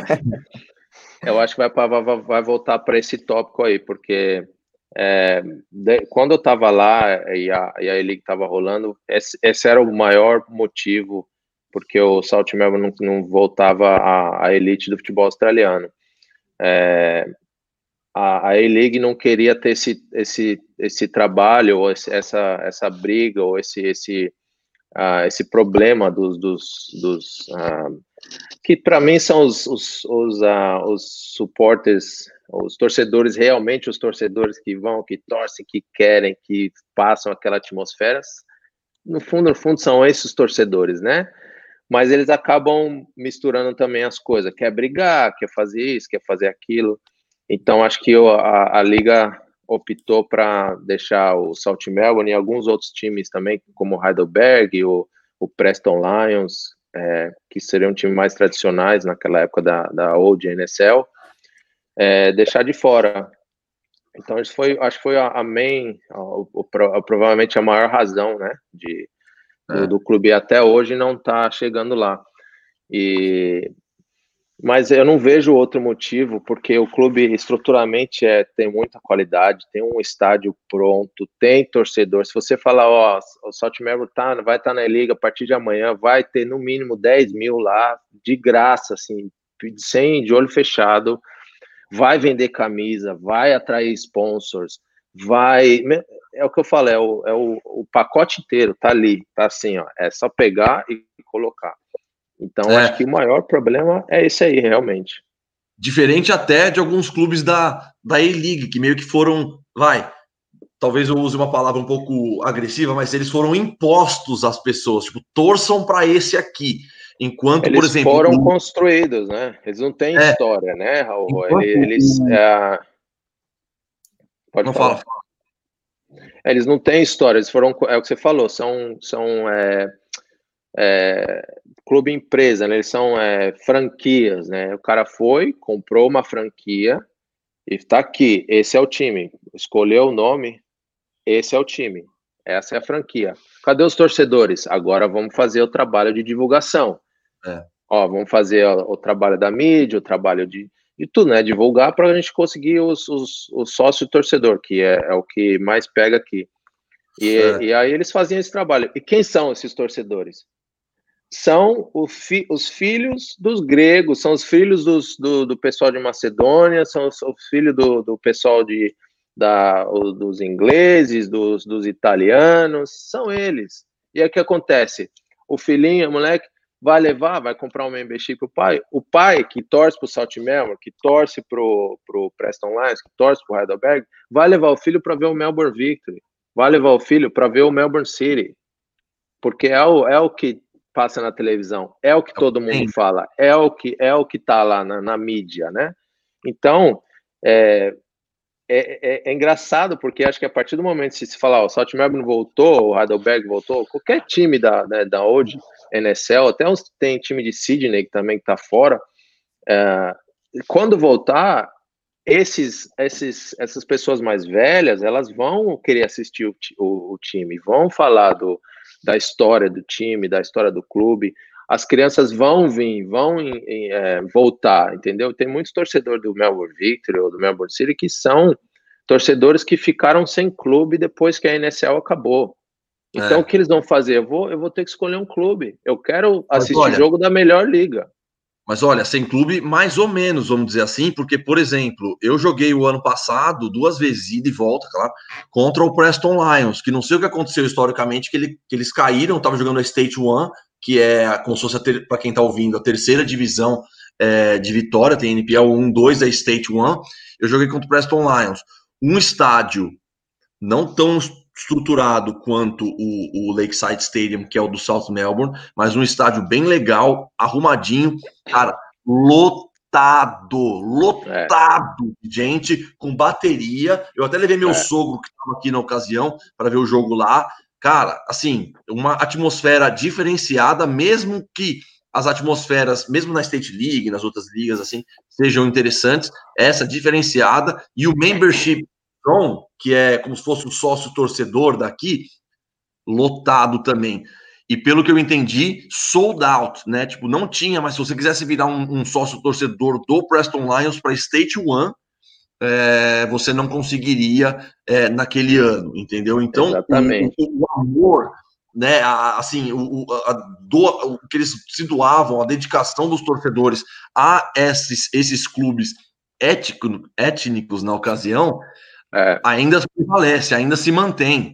É, eu acho que vai, vai, vai voltar para esse tópico aí, porque é, de, quando eu estava lá e a, e a A-League estava rolando, esse, esse era o maior motivo porque o South Melbourne não, não voltava à, à elite do futebol australiano. É, a, a A-League não queria ter esse, esse, esse trabalho, ou esse, essa, essa briga, ou esse, esse, uh, esse problema dos, dos, dos uh, que para mim são os, os, os, uh, os supporters, os torcedores, realmente os torcedores que vão, que torcem, que querem, que passam aquela atmosfera. No fundo, no fundo, são esses torcedores, né? Mas eles acabam misturando também as coisas, quer brigar, quer fazer isso, quer fazer aquilo. Então, acho que a, a Liga optou para deixar o South Melbourne e alguns outros times também, como o Heidelberg, o, o Preston Lions, é, que seriam times mais tradicionais naquela época da, da Old N S L, é, deixar de fora. Então, isso foi, acho que foi a, a main, a, a, a, provavelmente a maior razão, né, de... Do, do clube até hoje não está chegando lá. E, mas eu não vejo outro motivo, porque o clube estruturalmente é, tem muita qualidade, tem um estádio pronto, tem torcedor. Se você falar, ó, o South Melbourne tá, vai estar tá na Liga a partir de amanhã, vai ter no mínimo dez mil lá, de graça, assim, sem, de olho fechado, vai vender camisa, vai atrair sponsors, vai... É o que eu falo, é o, é o, o pacote inteiro, tá ali, tá assim, ó, é só pegar e colocar. Então, é. Acho que o maior problema é esse aí, realmente. Diferente até de alguns clubes da, da A-League, que meio que foram, vai, talvez eu use uma palavra um pouco agressiva, mas eles foram impostos às pessoas, tipo, torçam para esse aqui. Enquanto, eles por exemplo... foram o... construídos, né? Eles não têm é. história, né, Raul? Enquanto... Eles... É... Pode não falar. Fala. Eles não têm história, eles foram, é o que você falou, são, são é, é, clube empresa, né? Eles são é, franquias, né? O cara foi, comprou uma franquia e tá aqui, esse é o time, escolheu o nome, esse é o time, essa é a franquia. Cadê os torcedores? Agora vamos fazer o trabalho de divulgação. É. Ó, vamos fazer o, o trabalho da mídia, o trabalho de... de tudo, né, divulgar para a gente conseguir os, os, os sócio torcedor, que é, é o que mais pega aqui. E, é. e aí eles faziam esse trabalho. E quem são esses torcedores? São o fi, os filhos dos gregos, são os filhos dos, do, do pessoal de Macedônia, são os, os filhos do, do pessoal de, da, o, dos ingleses, dos, dos italianos, são eles. E aí o que acontece? O filhinho, o moleque, vai levar, vai comprar um membership para o pai. O pai que torce para o South Melbourne, que torce para o Preston Lions, que torce para o Heidelberg, vai levar o filho para ver o Melbourne Victory, vai levar o filho para ver o Melbourne City, porque é o, é o que passa na televisão, é o que todo mundo fala, é o que é o que está lá na, na mídia, né? Então, é, é, é, é engraçado, porque acho que a partir do momento que se falar, o South Melbourne voltou, o Heidelberg voltou, qualquer time da, né, da hoje N S L, até uns, tem time de Sydney que também está fora, é, quando voltar, esses, esses, essas pessoas mais velhas, elas vão querer assistir o, o, o time, vão falar do, da história do time, da história do clube. As crianças vão vir, vão em, em, é, voltar, entendeu? Tem muitos torcedores do Melbourne Victory ou do Melbourne City que são torcedores que ficaram sem clube depois que a N S L acabou. Então, é. o que eles vão fazer? Eu vou, eu vou ter que escolher um clube. Eu quero assistir olha, jogo da melhor liga. Mas olha, sem clube, mais ou menos, vamos dizer assim, porque, por exemplo, eu joguei o ano passado, duas vezes, ida e volta, claro, contra o Preston Lions, que não sei o que aconteceu historicamente, que, ele, que eles caíram, estavam jogando a State One, que é, como se fosse, para quem está ouvindo, a terceira divisão é, de Vitória, tem N P L um, dois da State One. Eu joguei contra o Preston Lions. Um estádio não tão estruturado quanto o, o Lakeside Stadium, que é o do South Melbourne, mas um estádio bem legal, arrumadinho, cara, lotado, lotado de gente, com bateria. Eu até levei meu é. sogro, que estava aqui na ocasião, para ver o jogo lá. Cara, assim, uma atmosfera diferenciada, mesmo que as atmosferas, mesmo na State League, nas outras ligas, assim, sejam interessantes, essa diferenciada, e o membership zone, que é como se fosse o sócio torcedor daqui, lotado também. E pelo que eu entendi, sold out, né? Tipo, não tinha, mas se você quisesse virar um, um sócio torcedor do Preston Lions para State One, é, você não conseguiria é, naquele ano, entendeu? Então, exatamente. O, o amor, né? A, assim, o, a, do, o que eles se doavam, a dedicação dos torcedores a esses, esses clubes étnico, étnicos na ocasião, é. ainda prevalece, ainda se mantém.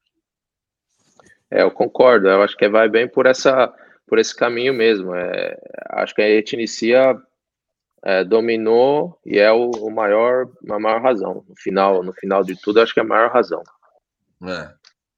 É, eu concordo, eu acho que vai bem por, essa, por esse caminho mesmo. É, acho que a etnicia é, dominou e é o, o maior, a maior razão. No final, no final de tudo, acho que é a maior razão. É.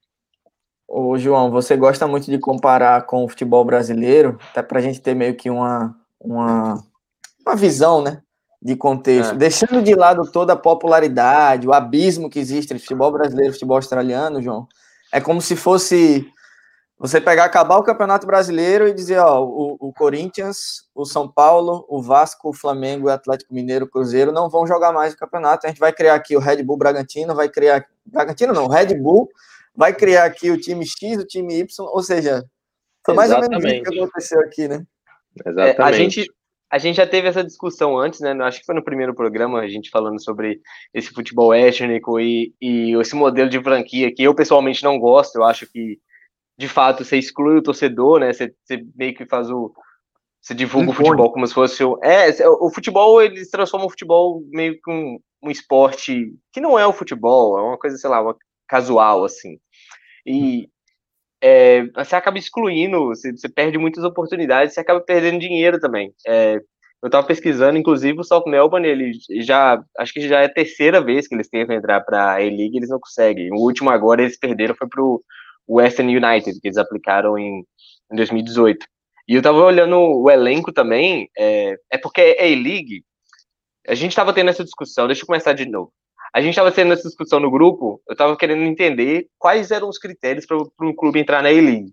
Ô, João, você gosta muito de comparar com o futebol brasileiro, até para a gente ter meio que uma, uma, uma visão, né, de contexto. É. Deixando de lado toda a popularidade, o abismo que existe entre futebol brasileiro e futebol australiano, João, é como se fosse você pegar, acabar o Campeonato Brasileiro e dizer, ó, o, o Corinthians, o São Paulo, o Vasco, o Flamengo, o Atlético Mineiro, o Cruzeiro não vão jogar mais o campeonato. A gente vai criar aqui o Red Bull Bragantino, vai criar... Bragantino não, Red Bull, vai criar aqui o time X, o time Y, ou seja, foi mais Exatamente. ou menos isso que aconteceu aqui, né? Exatamente. É, a gente... A gente já teve essa discussão antes, né? Acho que foi no primeiro programa, a gente falando sobre esse futebol étnico e, e esse modelo de franquia que eu pessoalmente não gosto. Eu acho que, de fato, você exclui o torcedor, né? Você, você meio que faz o... Você divulga Impõe. o futebol como se fosse... O, é, o futebol, eles transformam o futebol meio que um, um esporte que não é o futebol, é uma coisa, sei lá, uma casual, assim. E... É, você acaba excluindo, você, você perde muitas oportunidades, você acaba perdendo dinheiro também. É, eu estava pesquisando, inclusive o South Melbourne, ele já, acho que já é a terceira vez que eles tentam entrar para a A-League, eles não conseguem. O último agora eles perderam foi para o Western United, que eles aplicaram em, em dois mil e dezoito. E eu estava olhando o elenco também, é, é porque a A-League, a gente estava tendo essa discussão, deixa eu começar de novo. A gente estava tendo essa discussão no grupo, eu estava querendo entender quais eram os critérios para um clube entrar na A-League.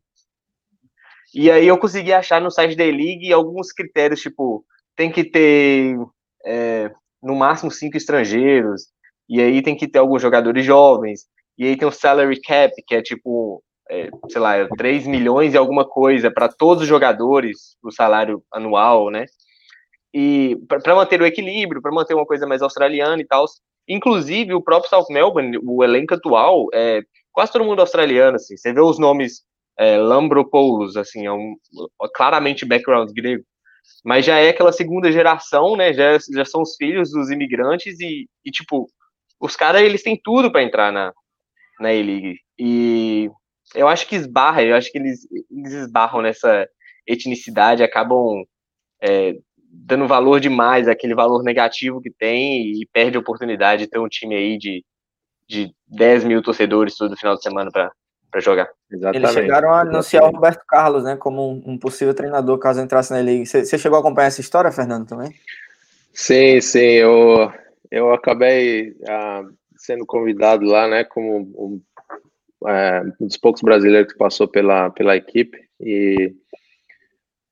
E aí eu consegui achar no site da A-League alguns critérios, tipo, tem que ter é, no máximo cinco estrangeiros, e aí tem que ter alguns jogadores jovens, e aí tem o salary cap, que é tipo, é, sei lá, três milhões e alguma coisa para todos os jogadores, o salário anual, né? E para manter o equilíbrio, para manter uma coisa mais australiana e tal. Inclusive, o próprio South Melbourne, o elenco atual, é quase todo mundo australiano, assim. Você vê os nomes é, Lambropoulos, assim, é um, claramente background grego. Mas já é aquela segunda geração, né? Já, já são os filhos dos imigrantes e, e tipo, os caras, eles têm tudo para entrar na, na A-League. E eu acho que esbarra, eu acho que eles, eles esbarram nessa etnicidade, acabam... É, dando valor demais àquele valor negativo que tem e perde a oportunidade de ter um time aí de, de dez mil torcedores todo final de semana para jogar. Exatamente. Eles chegaram a anunciar o Roberto Carlos, né, como um, um possível treinador caso entrasse na Liga. Você chegou a acompanhar essa história, Fernando, também? Sim, sim, eu, eu acabei uh, sendo convidado lá, né, como um, uh, um dos poucos brasileiros que passou pela, pela equipe e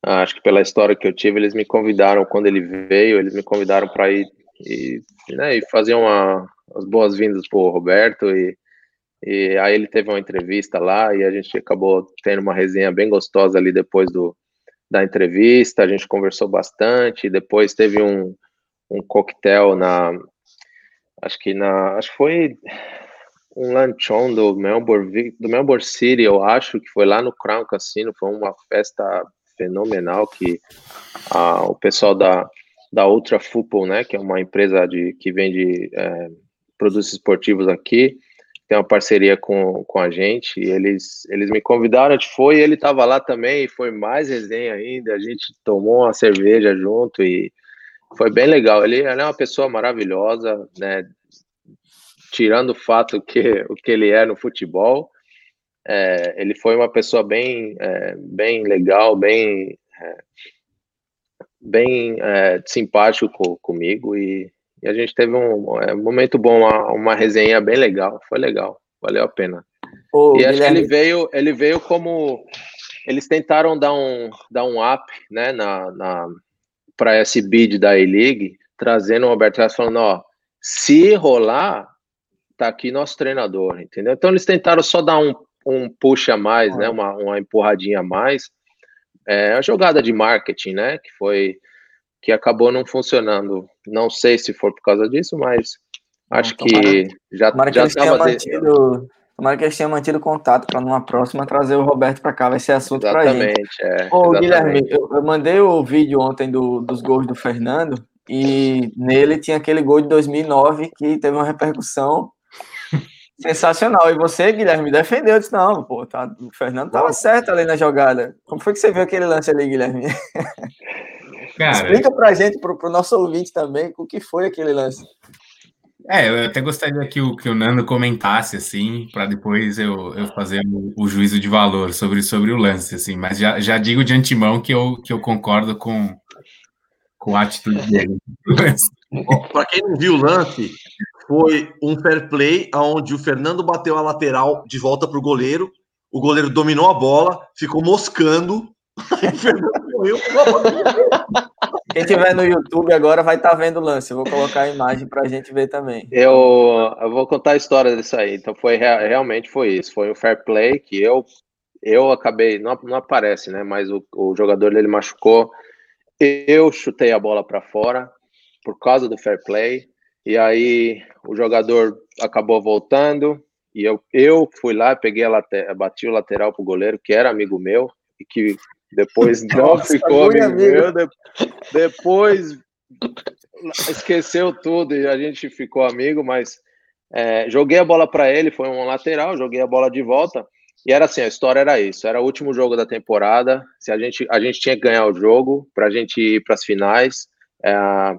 acho que pela história que eu tive, eles me convidaram, quando ele veio, eles me convidaram para ir e, né, e fazer uma, as boas-vindas pro Roberto, e, e aí ele teve uma entrevista lá, e a gente acabou tendo uma resenha bem gostosa ali depois do, da entrevista, a gente conversou bastante, depois teve um, um coquetel na, acho que na, acho que foi um lanchon do Melbourne, do Melbourne City, eu acho, que foi lá no Crown Casino, foi uma festa fenomenal, que ah, o pessoal da, da Ultra Football, né, que é uma empresa de, que vende é, produtos esportivos aqui, tem uma parceria com, com a gente, e eles, eles me convidaram, a gente foi, e ele estava lá também, e foi mais resenha ainda, a gente tomou uma cerveja junto, e foi bem legal. Ele, ele é uma pessoa maravilhosa, né, tirando o fato que o que ele é no futebol, é, ele foi uma pessoa bem, é, bem legal, bem, é, bem é, simpático com, comigo, e, e a gente teve um, é, um momento bom, uma, uma resenha bem legal, foi legal, valeu a pena. Ô, e acho Guilherme, que ele veio, ele veio como eles tentaram dar um, dar um up, né, na, na, para esse bid da A-League, trazendo o Roberto Carlos falando, ó, se rolar, tá aqui nosso treinador, entendeu? Então eles tentaram só dar um, um push a mais, né, uma, uma empurradinha a mais, é a jogada de marketing, né, que foi, que acabou não funcionando, não sei se for por causa disso, mas acho tomara, que já, tomara já que estava... Mantido, tomara que eles tenham mantido contato para numa próxima trazer o Roberto para cá, vai ser assunto para gente. Exatamente, é. Ô, exatamente. Guilherme, eu, eu mandei o vídeo ontem do, dos gols do Fernando, e nele tinha aquele gol de dois mil e nove que teve uma repercussão sensacional. E você, Guilherme, defendeu, disse, não, pô, tá, o Fernando tava certo ali na jogada. Como foi que você viu aquele lance ali, Guilherme? Cara, explica pra gente, pro, pro nosso ouvinte também, o que foi aquele lance. É, eu até gostaria que o, que o Nando comentasse, assim, para depois eu, eu fazer o, o juízo de valor sobre, sobre o lance, assim, mas já, já digo de antemão que eu, que eu concordo com, com a atitude dele. Para quem não viu o lance, foi um fair play onde o Fernando bateu a lateral de volta para o goleiro, o goleiro dominou a bola, ficou moscando, aí o Fernando correu. Quem tiver no YouTube agora vai estar tá vendo o lance, eu vou colocar a imagem para a gente ver também. Eu, eu vou contar a história disso aí, então foi realmente foi isso, foi um fair play que eu, eu acabei, não, não aparece, né, mas o, o jogador ele machucou, eu chutei a bola para fora por causa do fair play, e aí o jogador acabou voltando, e eu, eu fui lá, peguei a lateral, bati o lateral pro goleiro, que era amigo meu, e que depois não Nossa, ficou amigo, amigo meu, de, depois esqueceu tudo e a gente ficou amigo, mas é, joguei a bola para ele, foi um lateral, joguei a bola de volta, e era assim, a história era isso, era o último jogo da temporada, se a gente, a gente tinha que ganhar o jogo para a gente ir para as finais, é,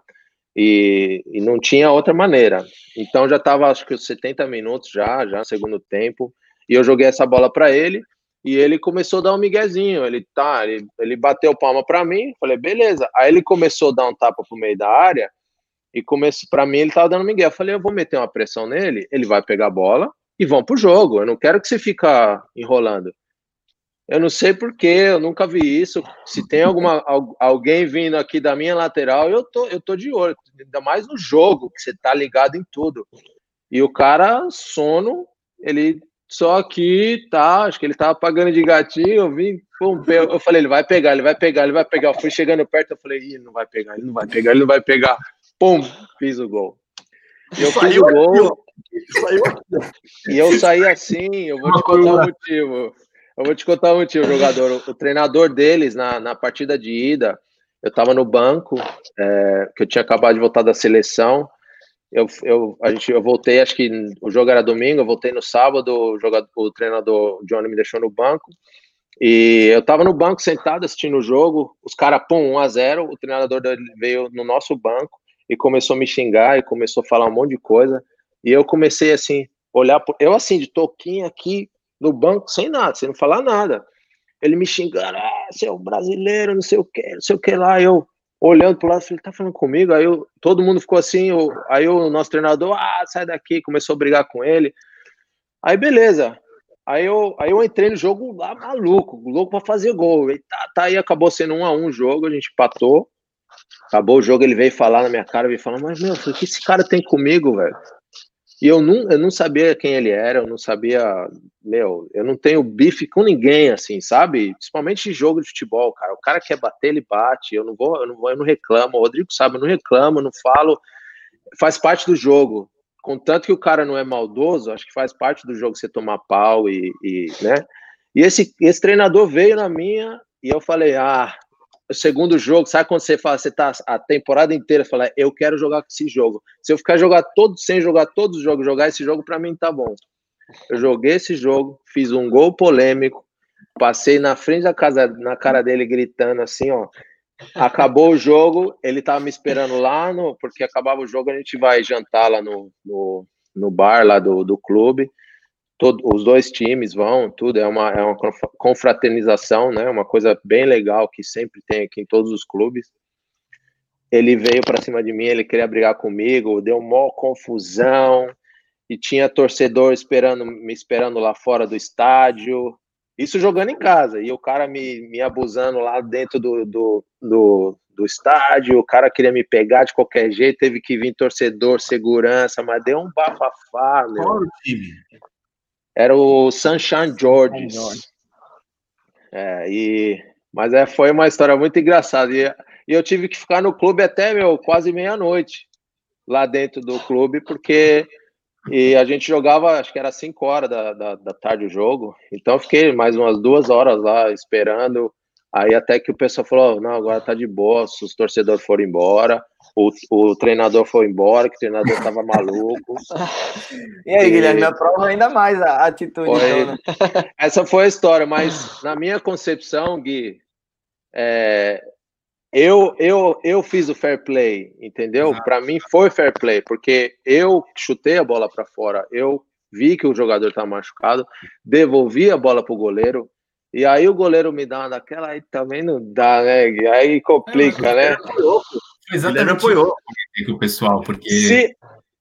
e, e não tinha outra maneira, então já estava acho que os setenta minutos já, já segundo tempo, e eu joguei essa bola para ele, e ele começou a dar um miguezinho, ele, tá, ele, ele bateu palma para mim, falei, beleza, aí ele começou a dar um tapa pro meio da área, e começou, para mim ele tava dando migué, eu falei, eu vou meter uma pressão nele, ele vai pegar a bola, e vão pro jogo, eu não quero que você fique enrolando. Eu não sei porquê, eu nunca vi isso. Se tem alguma, alguém vindo aqui da minha lateral, eu tô, eu tô de olho, ainda mais no jogo, que você tá ligado em tudo. E o cara, sono, ele só que tá, acho que ele tava pagando de gatinho, eu vim, pum, eu falei, ele vai pegar, ele vai pegar, ele vai pegar. Eu fui chegando perto, eu falei, ih, ele não vai pegar, ele não vai pegar, ele não vai pegar. Pum, fiz o gol. E eu fiz o gol. E eu saí assim, eu vou te contar o motivo. Eu vou te contar o motivo, jogador. O treinador deles, na, na partida de ida, eu tava no banco, é, que eu tinha acabado de voltar da seleção. Eu, eu, a gente, eu voltei, acho que o jogo era domingo, eu voltei no sábado, o, jogador, o treinador Johnny me deixou no banco. E eu tava no banco sentado assistindo o jogo, os caras, pum, um a zero, o treinador veio no nosso banco e começou a me xingar e começou a falar um monte de coisa. E eu comecei assim, olhar, eu assim, de toquinho aqui no banco, sem nada, sem não falar nada. Ele me xingando, ah, você é um brasileiro, não sei o que, não sei o que lá. Eu olhando pro lado, falei, tá falando comigo? Aí eu, todo mundo ficou assim, eu, aí o nosso treinador, ah, sai daqui, começou a brigar com ele. Aí beleza, Aí eu, aí eu entrei no jogo lá maluco, louco pra fazer gol. E tá, tá, aí acabou sendo um a um o jogo, a gente empatou. Acabou o jogo, ele veio falar na minha cara, veio falar, mas, meu, o que esse cara tem comigo, velho? E eu não, eu não sabia quem ele era, eu não sabia, meu, eu não tenho bife com ninguém, assim, sabe? Principalmente em jogo de futebol, cara. O cara quer bater, ele bate, eu não vou, eu não vou, eu não reclamo. O Rodrigo sabe, eu não reclamo, eu não falo. Faz parte do jogo. Contanto que o cara não é maldoso, acho que faz parte do jogo você tomar pau e, e né? E esse, esse treinador veio na minha e eu falei, ah, o segundo jogo, sabe quando você fala, você tá a temporada inteira, fala, eu quero jogar com esse jogo. Se eu ficar jogar todo, sem jogar todos os jogos, jogar esse jogo, pra mim tá bom. Eu joguei esse jogo, fiz um gol polêmico, passei na frente da casa, na cara dele gritando assim, ó. Acabou o jogo, ele tava me esperando lá, no, porque acabava o jogo, a gente vai jantar lá no, no, no bar lá do, do clube. Todo, os dois times vão, tudo, é uma, é uma confraternização, né? Uma coisa bem legal que sempre tem aqui em todos os clubes. Ele veio para cima de mim, ele queria brigar comigo, deu mó confusão, e tinha torcedor esperando, me esperando lá fora do estádio. Isso jogando em casa, e o cara me, me abusando lá dentro do, do, do, do estádio, o cara queria me pegar de qualquer jeito, teve que vir torcedor, segurança, mas deu um bafafá, meu. Qual o time? Era o Sunshine Georges. É, e, mas é, foi uma história muito engraçada, e, e eu tive que ficar no clube até, meu, quase meia-noite, lá dentro do clube, porque... E a gente jogava, acho que era cinco horas da, da, da tarde o jogo, então eu fiquei mais umas duas horas lá esperando, aí até que o pessoal falou, não, agora tá de boa, os torcedores foram embora, o, o treinador foi embora, que o treinador tava maluco. E aí, e... Guilherme, aprova ainda mais a atitude. Foi... Então, né? Essa foi a história, mas na minha concepção, Gui, é... Eu, eu, eu fiz o fair play, entendeu? Para mim foi fair play, porque eu chutei a bola para fora, eu vi que o jogador estava machucado, devolvi a bola pro goleiro, e aí o goleiro me dá uma daquela, aí também não dá, né? Aí complica, é, né? Exatamente apoiou com o pessoal, porque Se...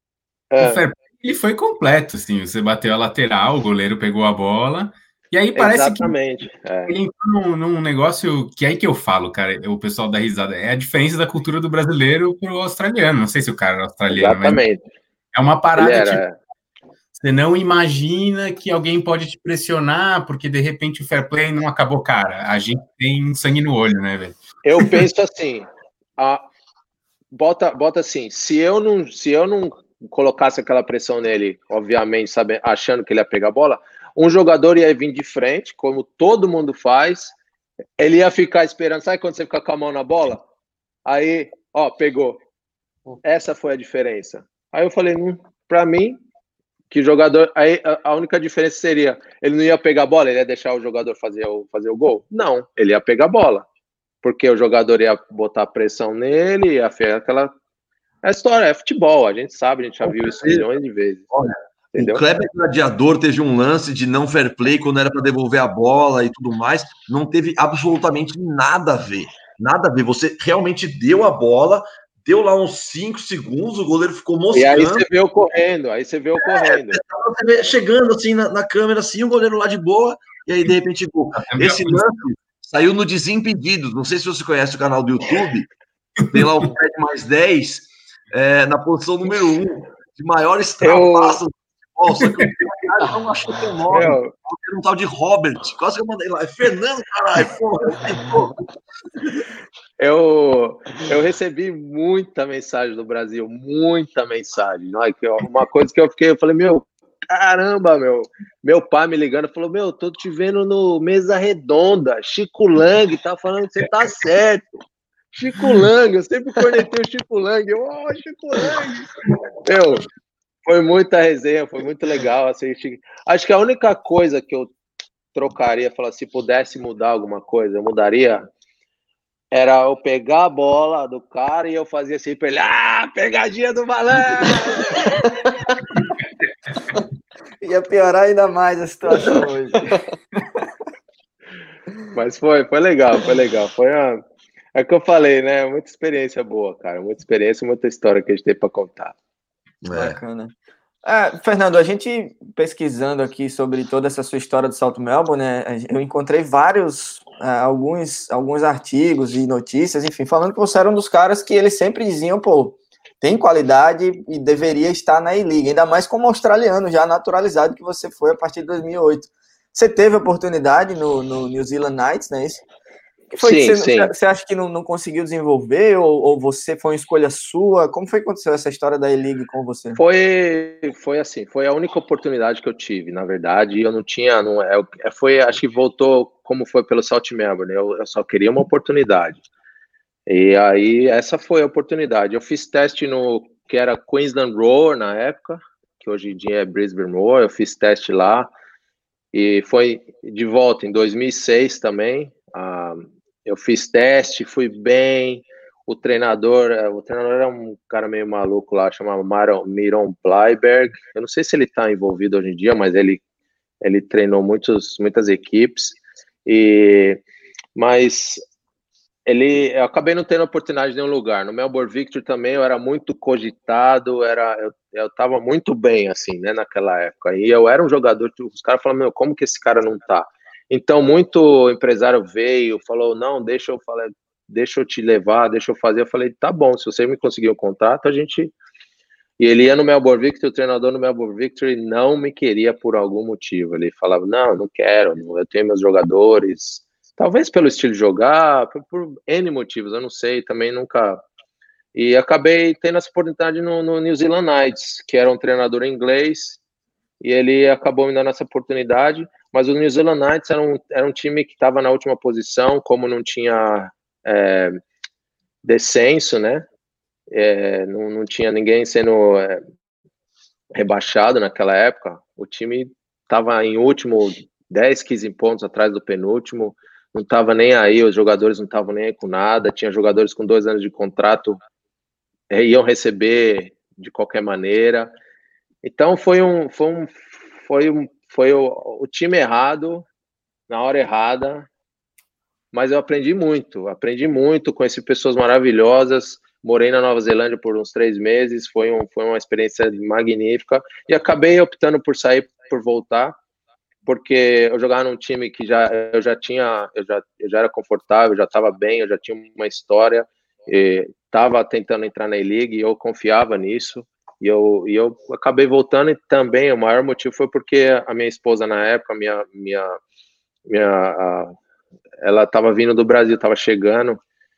o fair play ele foi completo, assim, você bateu a lateral, o goleiro pegou a bola... E aí parece Exatamente, que é. ele entrou num, num negócio que é aí que eu falo, cara, o pessoal dá risada, é a diferença da cultura do brasileiro pro australiano, não sei se o cara era australiano, Exatamente. mas é uma parada era... tipo, você não imagina que alguém pode te pressionar, porque de repente o fair play não acabou, cara, a gente tem sangue no olho, né, velho? Eu penso assim, a... bota, bota assim, se eu não, se eu não colocasse aquela pressão nele, obviamente, sabe, achando que ele ia pegar a bola, um jogador ia vir de frente, como todo mundo faz, ele ia ficar esperando, sabe quando você fica com a mão na bola? Aí, ó, pegou. Essa foi a diferença. Aí eu falei, hum, pra mim, que jogador... Aí a única diferença seria, ele não ia pegar a bola, ele ia deixar o jogador fazer o, fazer o gol? Não, ele ia pegar a bola, porque o jogador ia botar pressão nele, ia fazer aquela... É história, é futebol, a gente sabe, a gente já viu isso milhões de vezes. Olha, entendeu? O Kleber Gladiador teve um lance de não fair play quando era para devolver a bola e tudo mais. Não teve absolutamente nada a ver. Nada a ver. Você realmente deu a bola, deu lá uns cinco segundos, o goleiro ficou moscando. E aí você vê eu correndo, aí você vê eu correndo. É, você vê chegando assim na, na câmera, assim, o goleiro lá de boa, e aí de repente, gol. Esse lance saiu no Desimpedidos. Não sei se você conhece o canal do YouTube. Tem lá o Fred mais dez, é, na posição número um, de maiores trapaças. Nossa, que o cara não achou que é nome. Um tal de Robert. Quase que eu mandei lá. É Fernando, caralho. Porra, eu, eu recebi muita mensagem do Brasil. Muita mensagem. Uma coisa que eu fiquei, eu falei, meu, caramba, meu. Meu pai me ligando, falou, meu, tô te vendo no Mesa Redonda. Chico Lang tá falando que você tá certo. Chico Lang, eu sempre conectei o Chico Lang. Eu, ó, oh, Chico Lang. Meu... Foi muita resenha, foi muito legal. Assim, acho que a única coisa que eu trocaria, falar, se pudesse mudar alguma coisa, eu mudaria, era eu pegar a bola do cara e eu fazia assim pra ele, ah, pegadinha do malandro! Ia piorar ainda mais a situação hoje. Mas foi, foi legal, foi legal. Foi uma... É o que eu falei, né? Muita experiência boa, cara. Muita experiência, muita história que a gente tem pra contar. Bacana. É, Fernando, a gente pesquisando aqui sobre toda essa sua história do Salto Melbourne, né, eu encontrei vários, uh, alguns, alguns artigos e notícias, enfim, falando que você era um dos caras que eles sempre diziam, pô, tem qualidade e deveria estar na A-League, ainda mais como australiano, já naturalizado que você foi a partir de dois mil e oito. Você teve oportunidade no, no New Zealand Knights, não é isso? Que foi sim, que você, sim. você acha que não, não conseguiu desenvolver ou, ou você foi uma escolha sua? Como foi que aconteceu essa história da A-League com você? Foi, foi assim, foi a única oportunidade que eu tive, na verdade, eu não tinha, não, é, foi, acho que voltou como foi pelo South Melbourne, eu, eu só queria uma oportunidade, e aí essa foi a oportunidade. Eu fiz teste no, que era Queensland Roar na época, que hoje em dia é Brisbane Roar, eu fiz teste lá, e foi de volta em dois mil e seis também, ah, eu fiz teste, fui bem. O treinador, o treinador era um cara meio maluco lá, chamava Maron, Miron Bleiberg. Eu não sei se ele está envolvido hoje em dia, mas ele, ele treinou muitos, muitas equipes. E, mas ele, eu acabei não tendo oportunidade em nenhum lugar. No Melbourne Victory também eu era muito cogitado, era, eu estava muito bem assim, né, naquela época. E eu era um jogador, os caras falaram, meu, como que esse cara não tá? Então, muito empresário veio, falou, não, deixa eu falar, deixa eu te levar, deixa eu fazer. Eu falei, tá bom, se você me conseguir um contrato, a gente... E ele ia no Melbourne Victory, o treinador no Melbourne Victory não me queria por algum motivo. Ele falava, não, não quero, eu tenho meus jogadores. Talvez pelo estilo de jogar, por, por N motivos, eu não sei, também nunca... E acabei tendo essa oportunidade no, no New Zealand Knights, que era um treinador inglês, e ele acabou me dando essa oportunidade, mas o New Zealand Knights era um, era um time que estava na última posição, como não tinha é, descenso, né? É, não, não tinha ninguém sendo é, rebaixado naquela época. O time estava em último, dez, quinze pontos atrás do penúltimo, não estava nem aí, os jogadores não estavam nem aí com nada, tinha jogadores com dois anos de contrato, é, iam receber de qualquer maneira. Então foi um, foi um, foi um, foi o, o time errado na hora errada, mas eu aprendi muito, aprendi muito, conheci pessoas maravilhosas, morei na Nova Zelândia por uns três meses, foi, um, foi uma experiência magnífica, e acabei optando por sair, por voltar, porque eu jogava num time que já, eu já tinha, eu já, eu já era confortável, já estava bem, eu já tinha uma história, estava tentando entrar na A-League, e eu confiava nisso, e eu, e eu acabei voltando, e também o maior motivo foi porque a minha esposa na época, minha, minha, minha a, ela estava vindo do Brasil, estava chegando,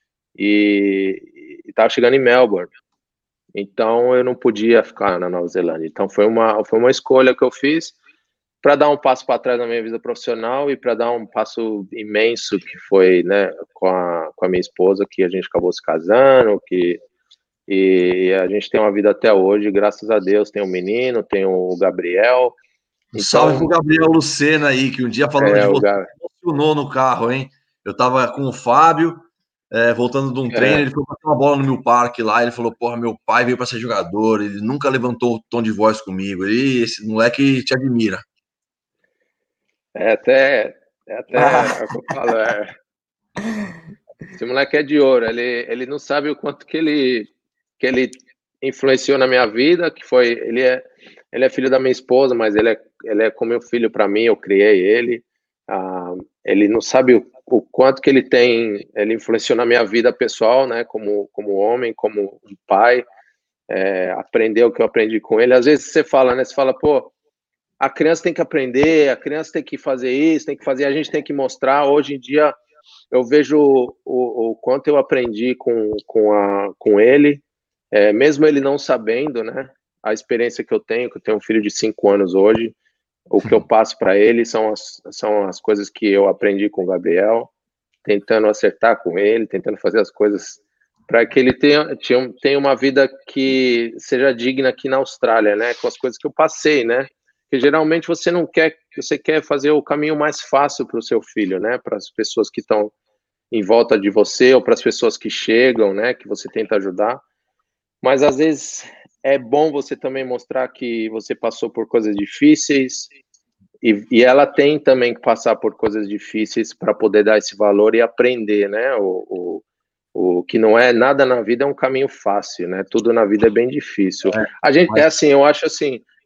e estava chegando em Melbourne, então eu não podia ficar na Nova Zelândia, então foi uma, foi uma escolha que eu fiz para dar um passo para trás na minha vida profissional e para dar um passo imenso que foi, né, com a, com a minha esposa, que a gente acabou se casando, que e a gente tem uma vida até hoje, graças a Deus, tem um menino, tem o Gabriel. Um então, salve pro Gabriel Lucena aí, que um dia falando é, de você, emocionou no carro, hein? Eu tava com o Fábio, é, voltando de um treino, é. ele foi bater uma bola no meu parque lá, ele falou, porra, meu pai veio para ser jogador, ele nunca levantou o tom de voz comigo, e esse moleque te admira. É até, é até ah. é o que eu falo, é... esse moleque é de ouro, ele, ele não sabe o quanto que ele, que ele influenciou na minha vida, que foi, ele é, ele é filho da minha esposa, mas ele é, ele é como meu filho para mim, eu criei ele, ah, ele não sabe o, o quanto que ele tem, ele influenciou na minha vida pessoal, né, como, como homem, como um pai, é, aprendeu o que eu aprendi com ele, às vezes você fala, né, você fala, pô, a criança tem que aprender, a criança tem que fazer isso, tem que fazer, a gente tem que mostrar. Hoje em dia, eu vejo o, o, o quanto eu aprendi com, com, a, com ele, é, mesmo ele não sabendo, né, a experiência que eu tenho, que eu tenho um filho de cinco anos hoje, o que eu passo para ele são as, são as coisas que eu aprendi com o Gabriel, tentando acertar com ele, tentando fazer as coisas para que ele tenha, tenha uma vida que seja digna aqui na Austrália, né, com as coisas que eu passei, né, que geralmente você não quer, você quer fazer o caminho mais fácil para o seu filho, né, para as pessoas que estão em volta de você ou para as pessoas que chegam, né, que você tenta ajudar, mas às vezes é bom você também mostrar que você passou por coisas difíceis e, e ela tem também que passar por coisas difíceis para poder dar esse valor e aprender, né, o, o, o que não é nada na vida é um caminho fácil, né, tudo na vida é bem difícil. É, a gente, mas... é assim, eu acho assim,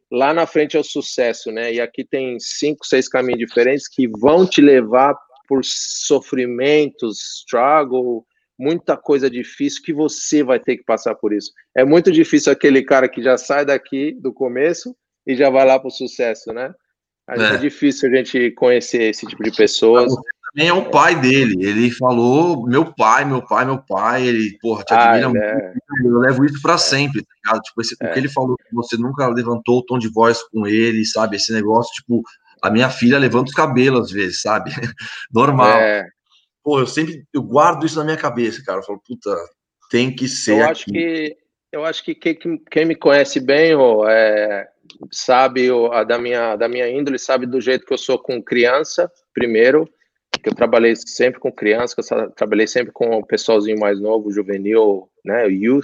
lá na frente é o sucesso, né? E aqui tem cinco, seis caminhos diferentes que vão te levar por sofrimentos, struggle, muita coisa difícil que você vai ter que passar por isso. É muito difícil aquele cara que já sai daqui do começo e já vai lá para o sucesso, né? É. é difícil a gente conhecer esse tipo de pessoas. Você também é o pai dele. Ele falou, meu pai, meu pai, meu pai. Ele, porra, te admira ah, muito. É. Eu levo isso para é. sempre, tá ligado? Tipo, esse, é. o que ele falou, você nunca levantou o tom de voz com ele, sabe? Esse negócio, tipo, a minha filha levanta os cabelos às vezes, sabe? Normal. É. Pô, eu sempre, eu guardo isso na minha cabeça, cara. Eu falo, puta, tem que ser eu aqui. Acho que, eu acho que quem, quem me conhece bem, oh, é... sabe o, a, da, minha, da minha índole, sabe do jeito que eu sou com criança, primeiro, que eu trabalhei sempre com criança, que eu trabalhei sempre com o pessoalzinho mais novo, juvenil, né, youth,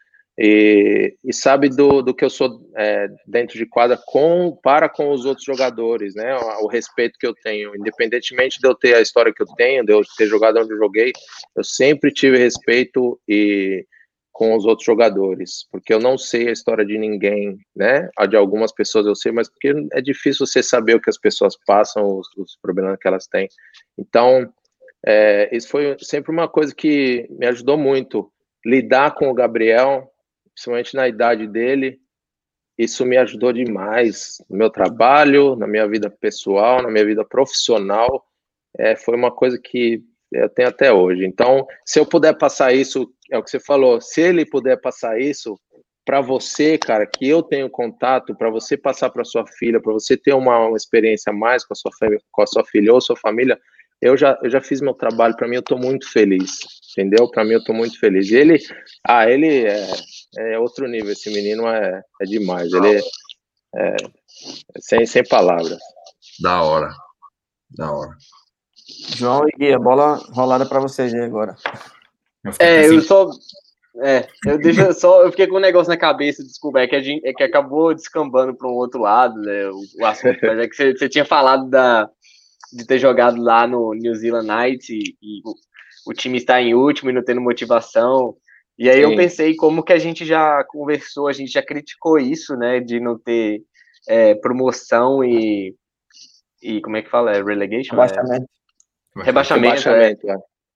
e, e sabe do, do que eu sou é, dentro de quadra com, para com os outros jogadores, né, o, o respeito que eu tenho, independentemente de eu ter a história que eu tenho, de eu ter jogado onde eu joguei, eu sempre tive respeito e com os outros jogadores, porque eu não sei a história de ninguém, né, a de algumas pessoas eu sei, mas porque é difícil você saber o que as pessoas passam, os, os problemas que elas têm. Então, é, isso foi sempre uma coisa que me ajudou muito, lidar com o Gabriel, principalmente na idade dele, isso me ajudou demais no meu trabalho, na minha vida pessoal, na minha vida profissional, é, foi uma coisa que eu tenho até hoje. Então, se eu puder passar isso, é o que você falou, se ele puder passar isso para você, cara, que eu tenho contato, para você passar para sua filha, para você ter uma, uma experiência a mais com a sua, com a sua filha ou sua família, eu já, eu já fiz meu trabalho, para mim eu estou muito feliz, entendeu? Para mim eu estou muito feliz. E ele, ah, ele é, é outro nível, esse menino é, é demais, ele é, é sem, sem palavras. Da hora, da hora. João e Gui, a bola rolada para vocês aí agora. Eu é, assim. eu só... É, eu, deixo, só, eu fiquei com um negócio na cabeça, desculpa, é que, a gente, é que acabou descambando para um outro lado, né, o, o assunto, mas é que você, você tinha falado da, de ter jogado lá no New Zealand Knights e, e o, o time está em último e não tendo motivação, e aí Sim. eu pensei como que a gente já conversou, a gente já criticou isso, né, de não ter é, promoção e, e como é que fala, é relegation? Rebaixamento. É, rebaixamento, rebaixamento é.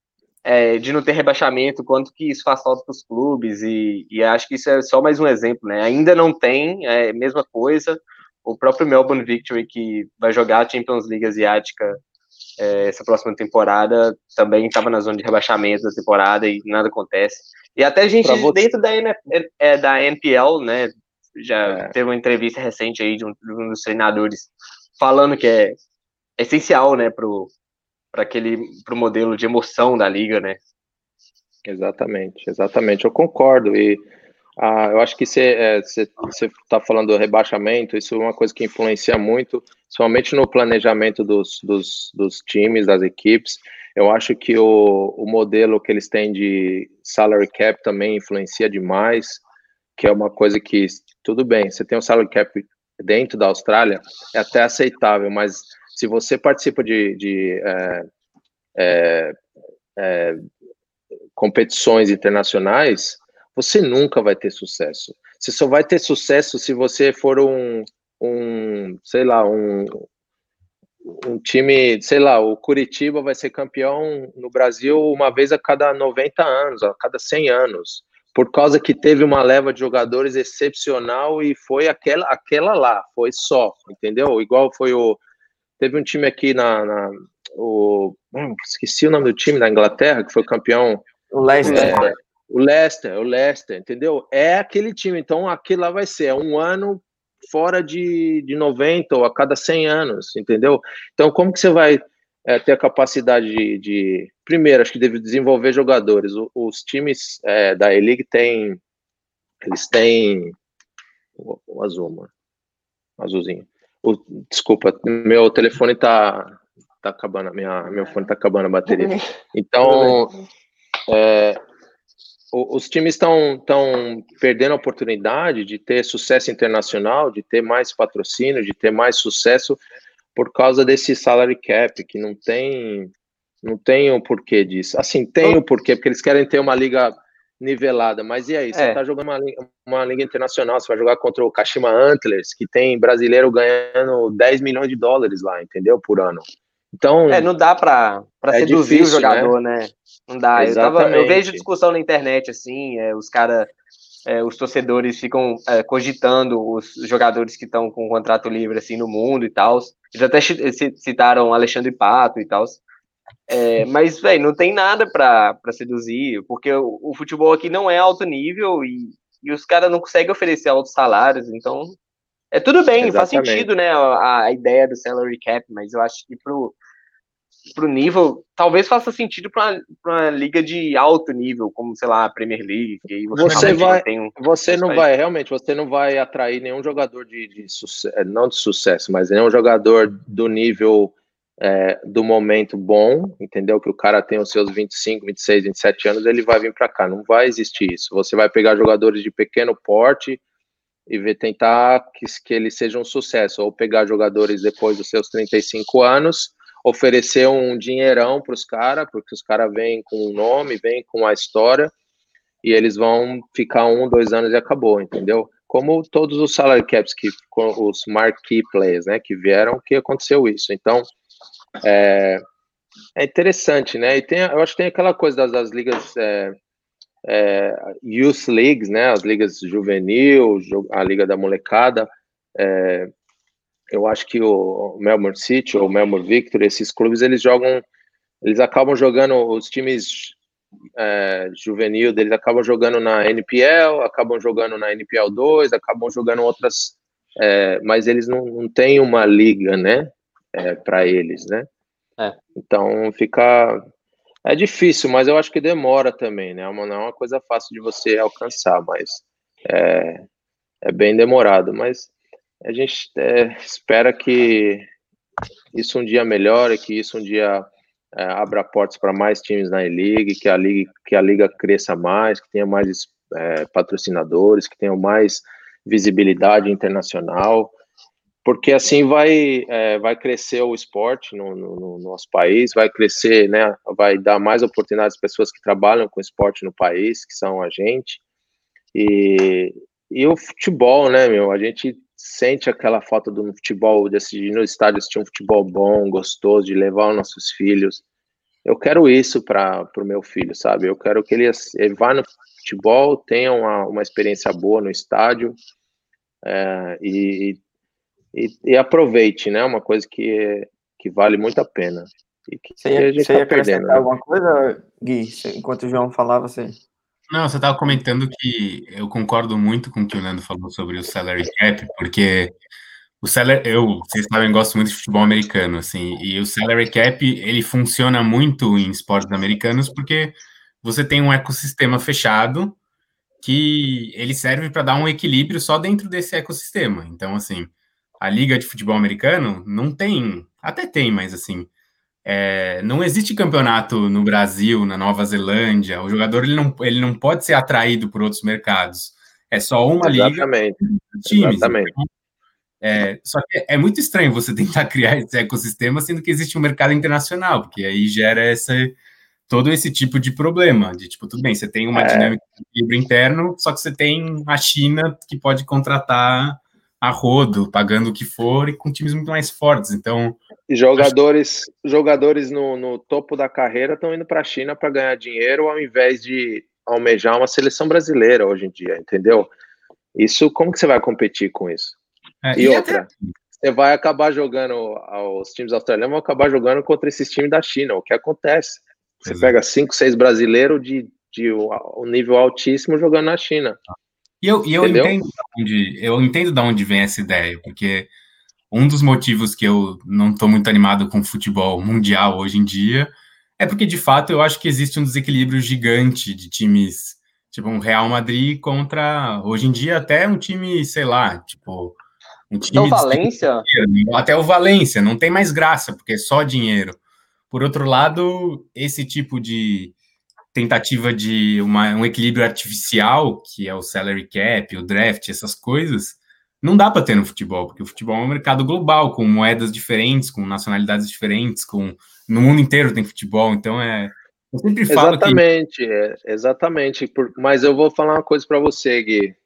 É, de não ter rebaixamento, quanto que isso faz falta para os clubes, e, e acho que isso é só mais um exemplo, né? Ainda não tem, é a mesma coisa, o próprio Melbourne Victory, que vai jogar a Champions League Asiática é, essa próxima temporada, também estava na zona de rebaixamento da temporada e nada acontece. E até a gente dentro da, N F, é, da N P L, né, já é. teve uma entrevista recente aí de um, de um dos treinadores falando que é essencial, né, pro para aquele pro modelo de emoção da liga, né? Exatamente, exatamente, eu concordo, e ah, eu acho que você está falando do rebaixamento, isso é uma coisa que influencia muito, somente no planejamento dos, dos, dos times, das equipes. Eu acho que o, o modelo que eles têm de salary cap também influencia demais, que é uma coisa que, tudo bem, você tem um salary cap dentro da Austrália, é até aceitável, mas se você participa de, de é, é, é, competições internacionais, você nunca vai ter sucesso. Você só vai ter sucesso se você for um, um sei lá, um, um time, sei lá, o Curitiba vai ser campeão no Brasil uma vez a cada noventa anos, a cada cem anos, por causa que teve uma leva de jogadores excepcional e foi aquela, aquela lá, foi só, entendeu? Igual foi o Teve um time aqui na... na o, hum, esqueci o nome do time da Inglaterra, que foi campeão... O Leicester. É, o Leicester, o Leicester, entendeu? É aquele time, então aquilo lá vai ser é um ano fora de, de noventa ou a cada cem anos, entendeu? Então como que você vai é, ter a capacidade de, de... Primeiro, acho que deve desenvolver jogadores. O, os times é, da E-League têm... Eles têm... O, o azul, mano. O azulzinho. O, desculpa, meu telefone tá, tá acabando, minha, meu fone tá acabando a bateria. Então, é, os times estão estão perdendo a oportunidade de ter sucesso internacional, de ter mais patrocínio, de ter mais sucesso por causa desse salary cap, que não tem, não tem o porquê disso. Assim, tem o porquê, porque eles querem ter uma liga nivelada. Mas e aí? Você É. tá jogando uma, uma liga internacional, você vai jogar contra o Kashima Antlers, que tem brasileiro ganhando dez milhões de dólares lá, entendeu? Por ano. Então, É, não dá pra, pra é seduzir difícil, o jogador, né? né? Não dá. Eu, tava, eu Exatamente. vejo discussão na internet, assim, é, os caras, é, os torcedores ficam é, cogitando os jogadores que estão com contrato livre, assim, no mundo e tal. Eles até chi- ci- citaram Alexandre Pato e tal. É, mas, velho, não tem nada pra, pra seduzir, porque o, o futebol aqui não é alto nível e, e os caras não conseguem oferecer altos salários, então... É tudo bem, faz Exatamente. sentido, né, a, a ideia do salary cap, mas eu acho que pro, pro nível, talvez faça sentido para uma liga de alto nível, como, sei lá, a Premier League, que aí você, Você realmente vai, não tem um... você não vai, realmente, você não vai atrair nenhum jogador de, de sucesso, não de sucesso, mas nenhum jogador do nível é, do momento bom, entendeu? Que o cara tem os seus vinte e cinco, vinte e seis, vinte e sete anos, ele vai vir para cá. Não vai existir isso. Você vai pegar jogadores de pequeno porte e ver, tentar que, que eles sejam um sucesso, ou pegar jogadores depois dos seus trinta e cinco anos, oferecer um dinheirão para os caras, porque os caras vêm com o nome, vêm com a história, e eles vão ficar um, dois anos e acabou, entendeu? Como todos os salary caps, que, os marquee players, né, que vieram, que aconteceu isso. Então, é, é interessante, né? E tem, eu acho que tem aquela coisa das, das ligas... É, É, youth leagues, né, as ligas juvenil, a liga da molecada, é, eu acho que o Melbourne City ou o Melbourne Victory, esses clubes, eles jogam, eles acabam jogando, os times é, juvenil deles acabam jogando na N P L, acabam jogando na N P L dois, acabam jogando outras, é, mas eles não, não têm uma liga, né, é, para eles, né, É. Então fica... É difícil, mas eu acho que demora também, né? Não é uma coisa fácil de você alcançar, mas é, é bem demorado. Mas a gente é, espera que isso um dia melhore, que isso um dia é, abra portas para mais times na E-League, que a liga, que a liga cresça mais, que tenha mais é, patrocinadores, que tenha mais visibilidade internacional. Porque assim vai, é, vai crescer o esporte no, no, no nosso país, vai crescer, né, vai dar mais oportunidades às pessoas que trabalham com esporte no país, que são a gente, e, e o futebol, né, meu, a gente sente aquela falta do futebol, de assistir no estádio, assistir um futebol bom, gostoso, de levar os nossos filhos. Eu quero isso para o meu filho, sabe, eu quero que ele, ele vá no futebol, tenha uma, uma experiência boa no estádio, é, e E, e aproveite, né? Uma coisa que, que vale muito a pena. E que, Você ia, que a gente você ia tá acrescentar perdendo, né? alguma coisa, Gui? Enquanto o João falava, você... Não, você estava comentando que eu concordo muito com o que o Nando falou sobre o salary cap, porque o salary, eu, vocês sabem, gosto muito de futebol americano, assim, e o salary cap, ele funciona muito em esportes americanos porque você tem um ecossistema fechado que ele serve para dar um equilíbrio só dentro desse ecossistema. Então, assim, a liga de futebol americano não tem, até tem, mas assim, é, não existe campeonato no Brasil, na Nova Zelândia. O jogador ele não, ele não pode ser atraído por outros mercados. É só uma Exatamente. liga de times. Exatamente. Então, é, só que é muito estranho você tentar criar esse ecossistema, sendo que existe um mercado internacional, porque aí gera essa, todo esse tipo de problema, de tipo, tudo bem, você tem uma É. dinâmica de equilíbrio interno, só que você tem a China que pode contratar a rodo, pagando o que for, e com times muito mais fortes, então... Jogadores, acho... jogadores no, no topo da carreira estão indo para a China para ganhar dinheiro, ao invés de almejar uma seleção brasileira hoje em dia, entendeu? Isso, como que você vai competir com isso? É, e, e outra, até... você vai acabar jogando, os times australianos vão acabar jogando contra esses times da China, o que acontece? Você Exato. pega cinco, seis brasileiros de, de um nível altíssimo jogando na China. E eu, e eu entendo de onde, eu entendo de onde vem essa ideia, porque um dos motivos que eu não estou muito animado com o futebol mundial hoje em dia é porque, de fato, eu acho que existe um desequilíbrio gigante de times, tipo um Real Madrid contra, hoje em dia, até um time, sei lá, tipo... Um time então, Valência? Até o Valência, não tem mais graça, porque é só dinheiro. Por outro lado, esse tipo de tentativa de uma, um equilíbrio artificial, que é o salary cap, o draft, essas coisas, não dá para ter no futebol, porque o futebol é um mercado global, com moedas diferentes, com nacionalidades diferentes, com no mundo inteiro tem futebol, então é Eu sempre falo exatamente, que... é, exatamente. Por, mas eu vou falar uma coisa para você, Gui.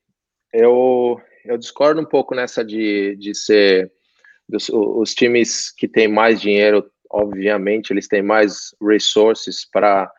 Eu, eu discordo um pouco nessa de, de ser... Dos, os times que têm mais dinheiro, obviamente, eles têm mais resources para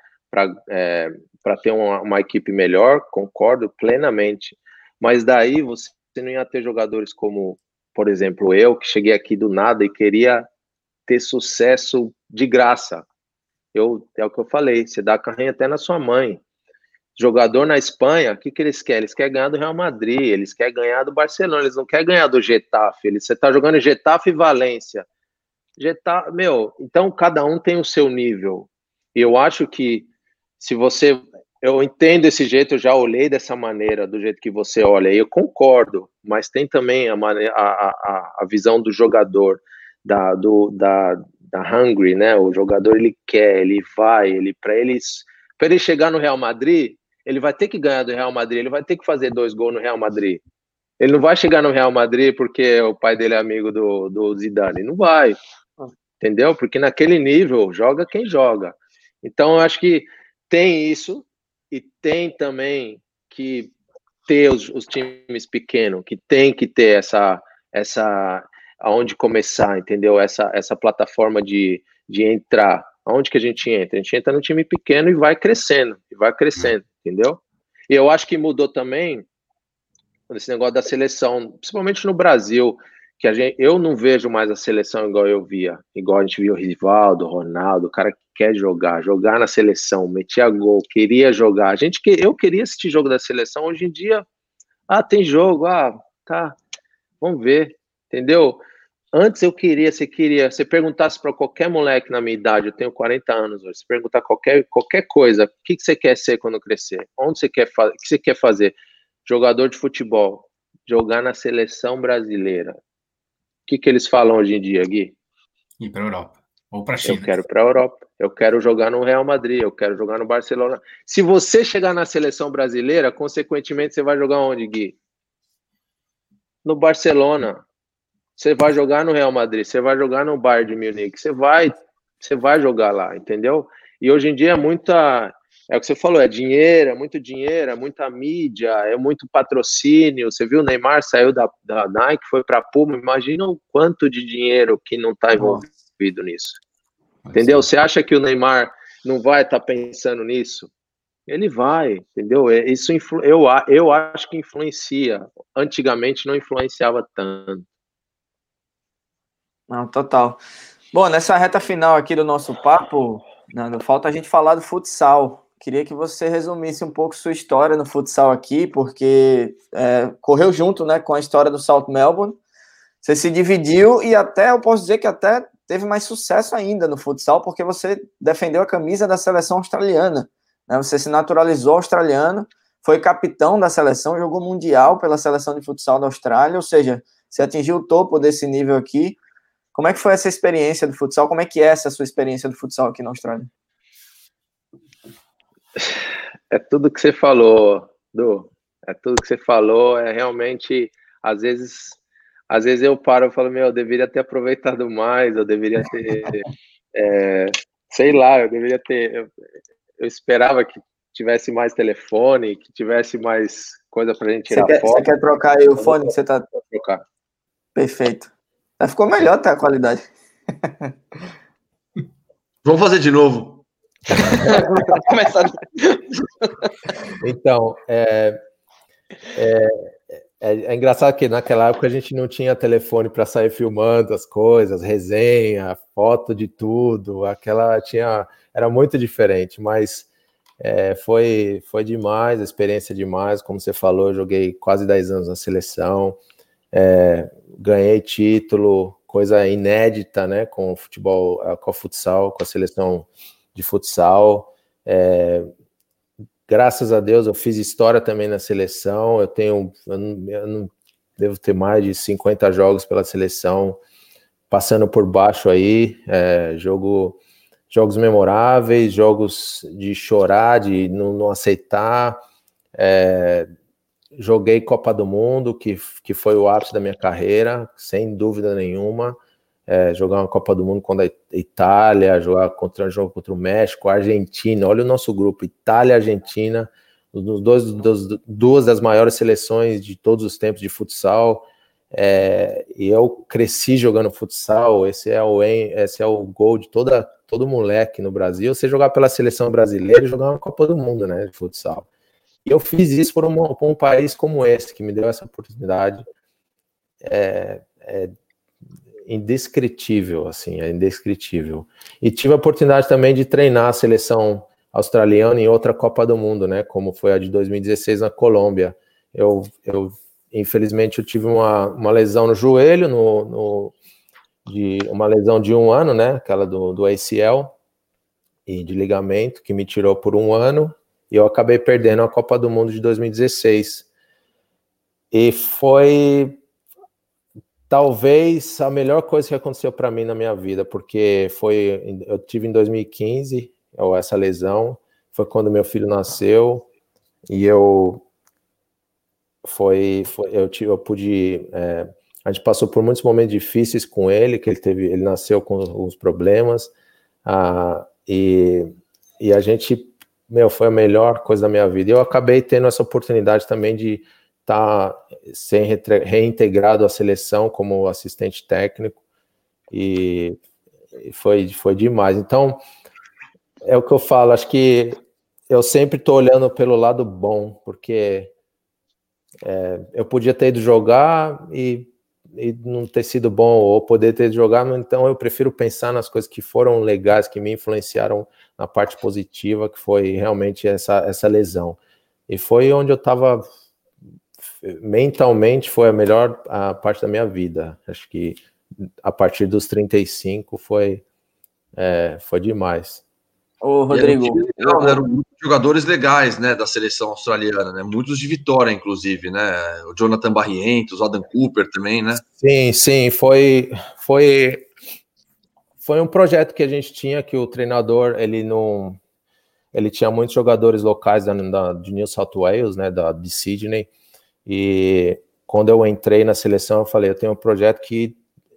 é, para ter uma, uma equipe melhor, concordo plenamente. Mas daí você não ia ter jogadores como, por exemplo, eu, que cheguei aqui do nada e queria ter sucesso de graça. Eu, é o que eu falei, você dá carrinho até na sua mãe. Jogador na Espanha, o que, que eles querem? Eles querem ganhar do Real Madrid, eles querem ganhar do Barcelona, eles não querem ganhar do Getafe. Eles, você está jogando Getafe e Valência. Getafe, meu, então cada um tem o seu nível. E eu acho que se você... Eu entendo esse jeito, eu já olhei dessa maneira, do jeito que você olha, e eu concordo, mas tem também a, maneira, a, a, a visão do jogador, da, do, da, da hungry, né? O jogador, ele quer, ele vai, ele para eles, para ele chegar no Real Madrid, ele vai ter que ganhar do Real Madrid, ele vai ter que fazer dois gols no Real Madrid. Ele não vai chegar no Real Madrid porque o pai dele é amigo do, do Zidane, não vai, entendeu? Porque naquele nível, joga quem joga. Então, eu acho que tem isso, e tem também que ter os, os times pequenos, que tem que ter essa, essa aonde começar, entendeu? Essa, essa plataforma de, de entrar. Aonde que a gente entra? A gente entra no time pequeno e vai crescendo, e vai crescendo, entendeu? E eu acho que mudou também esse negócio da seleção, principalmente no Brasil, que a gente, eu não vejo mais a seleção igual eu via, igual a gente viu o Rivaldo, Ronaldo, o cara que quer jogar, jogar na seleção, metia gol, queria jogar. A gente, eu queria assistir jogo da seleção, hoje em dia, ah, tem jogo, ah, tá, vamos ver, entendeu? Antes eu queria, você queria, você perguntasse para qualquer moleque na minha idade, eu tenho quarenta anos hoje, você perguntar qualquer, qualquer coisa, o que, que você quer ser quando crescer? Onde você quer fazer? O que você quer fazer? Jogador de futebol, jogar na seleção brasileira. O que, que eles falam hoje em dia, Gui? Ir para a Europa, ou para a China. Eu quero para a Europa, eu quero jogar no Real Madrid, eu quero jogar no Barcelona. Se você chegar na seleção brasileira, consequentemente, você vai jogar onde, Gui? No Barcelona. Você vai jogar no Real Madrid, você vai jogar no Bayern de Munique, você vai, você vai jogar lá, entendeu? E hoje em dia é muita... É o que você falou, é dinheiro, é muito dinheiro, é muita mídia, é muito patrocínio. Você viu, o Neymar saiu da, da Nike, foi para a Puma. Imagina o quanto de dinheiro que não está envolvido nisso. Entendeu? Você acha que o Neymar não vai estar tá pensando nisso? Ele vai, entendeu? Isso influ... eu, eu acho que influencia. Antigamente não influenciava tanto. Não, total. Bom, nessa reta final aqui do nosso papo, Nando, falta a gente falar do futsal. Queria que você resumisse um pouco sua história no futsal aqui, porque é, correu junto, né, com a história do South Melbourne. Você se dividiu e até, eu posso dizer que até teve mais sucesso ainda no futsal, porque você defendeu a camisa da seleção australiana, né? Você se naturalizou australiano, foi capitão da seleção, jogou mundial pela seleção de futsal da Austrália, ou seja, você atingiu o topo desse nível aqui. Como é que foi essa experiência do futsal? Como é que é essa sua experiência do futsal aqui na Austrália? É tudo que você falou, Du. É tudo que você falou. É realmente, às vezes, às vezes eu paro e falo, meu, eu deveria ter aproveitado mais, eu deveria ter, é, sei lá, eu deveria ter, eu, eu esperava que tivesse mais telefone, que tivesse mais coisa pra gente tirar você quer, foto. Você quer trocar aí o fone que você tá... trocar. Perfeito. Ficou melhor, tá, a qualidade. Vamos fazer de novo. Então, é, é, é, é engraçado que naquela época a gente não tinha telefone para sair filmando as coisas, resenha, foto de tudo, aquela tinha, era muito diferente, mas é, foi, foi demais, a experiência demais, como você falou, eu joguei quase dez anos na seleção, é, ganhei título, coisa inédita, né, com o futebol, com o futsal, com a seleção de futsal. É, graças a Deus eu fiz história também na seleção, eu tenho, eu não, eu não devo ter mais de cinquenta jogos pela seleção, passando por baixo aí, é, jogo, jogos memoráveis, jogos de chorar, de não, não aceitar, é, joguei Copa do Mundo, que, que foi o ápice da minha carreira, sem dúvida nenhuma, é, jogar uma Copa do Mundo contra a Itália, jogar contra um jogo contra o México, a Argentina. Olha o nosso grupo, Itália e Argentina, os dois, dos, duas das maiores seleções de todos os tempos de futsal. É, e eu cresci jogando futsal. Esse é o, esse é o gol de toda, todo moleque no Brasil, você jogar pela seleção brasileira e jogar uma Copa do Mundo, né, de futsal. E eu fiz isso por um, por um país como esse, que me deu essa oportunidade. É, é indescritível, assim, é indescritível. E tive a oportunidade também de treinar a seleção australiana em outra Copa do Mundo, né, como foi a de dois mil e dezesseis na Colômbia. Eu, eu infelizmente, eu tive uma, uma lesão no joelho, no, no, de, uma lesão de um ano, né, aquela do, do A C L, e de ligamento, que me tirou por um ano, e eu acabei perdendo a Copa do Mundo de dois mil e dezesseis. E foi talvez a melhor coisa que aconteceu para mim na minha vida, porque foi, eu tive em dois mil e quinze, essa lesão, foi quando meu filho nasceu, e eu foi, foi eu, tive, eu pude, é, a gente passou por muitos momentos difíceis com ele, que ele teve, ele nasceu com alguns problemas, ah, e, e a gente, meu, foi a melhor coisa da minha vida. E eu acabei tendo essa oportunidade também de estar tá sendo reintegrado à seleção como assistente técnico, e, e foi, foi demais. Então, é o que eu falo, acho que eu sempre estou olhando pelo lado bom, porque é, eu podia ter ido jogar e, e não ter sido bom, ou poder ter ido jogar, então eu prefiro pensar nas coisas que foram legais, que me influenciaram na parte positiva, que foi realmente essa, essa lesão. E foi onde eu estava mentalmente, foi a melhor a parte da minha vida. Acho que a partir dos trinta e cinco foi, é, foi demais. Ô, Rodrigo, era um, era um grupo de jogadores legais, né, da seleção australiana, né, muitos de Vitória, inclusive, né, o Jonathan Barrientos, o Adam Cooper também, né? Sim, sim, foi, foi, foi um projeto que a gente tinha, que o treinador, ele não, ele tinha muitos jogadores locais da, da, de New South Wales, né, da, de Sydney, e quando eu entrei na seleção, eu falei, eu tenho um projeto que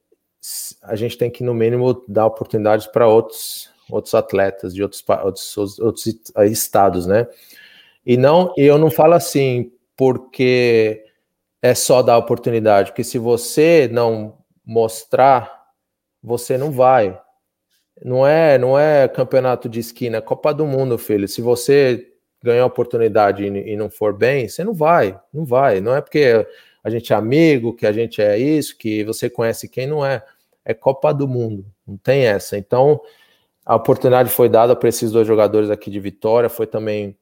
a gente tem que, no mínimo, dar oportunidades para outros outros atletas de outros, outros, outros estados, né? E não, eu não falo assim porque é só dar oportunidade, porque se você não mostrar, você não vai. Não é, não é campeonato de esquina, é Copa do Mundo, filho. Se você ganhar a oportunidade e, e não for bem, você não vai, não vai. Não é porque a gente é amigo, que a gente é isso, que você conhece quem, não é. É Copa do Mundo, não tem essa. Então, a oportunidade foi dada para esses dois jogadores aqui de Vitória, foi também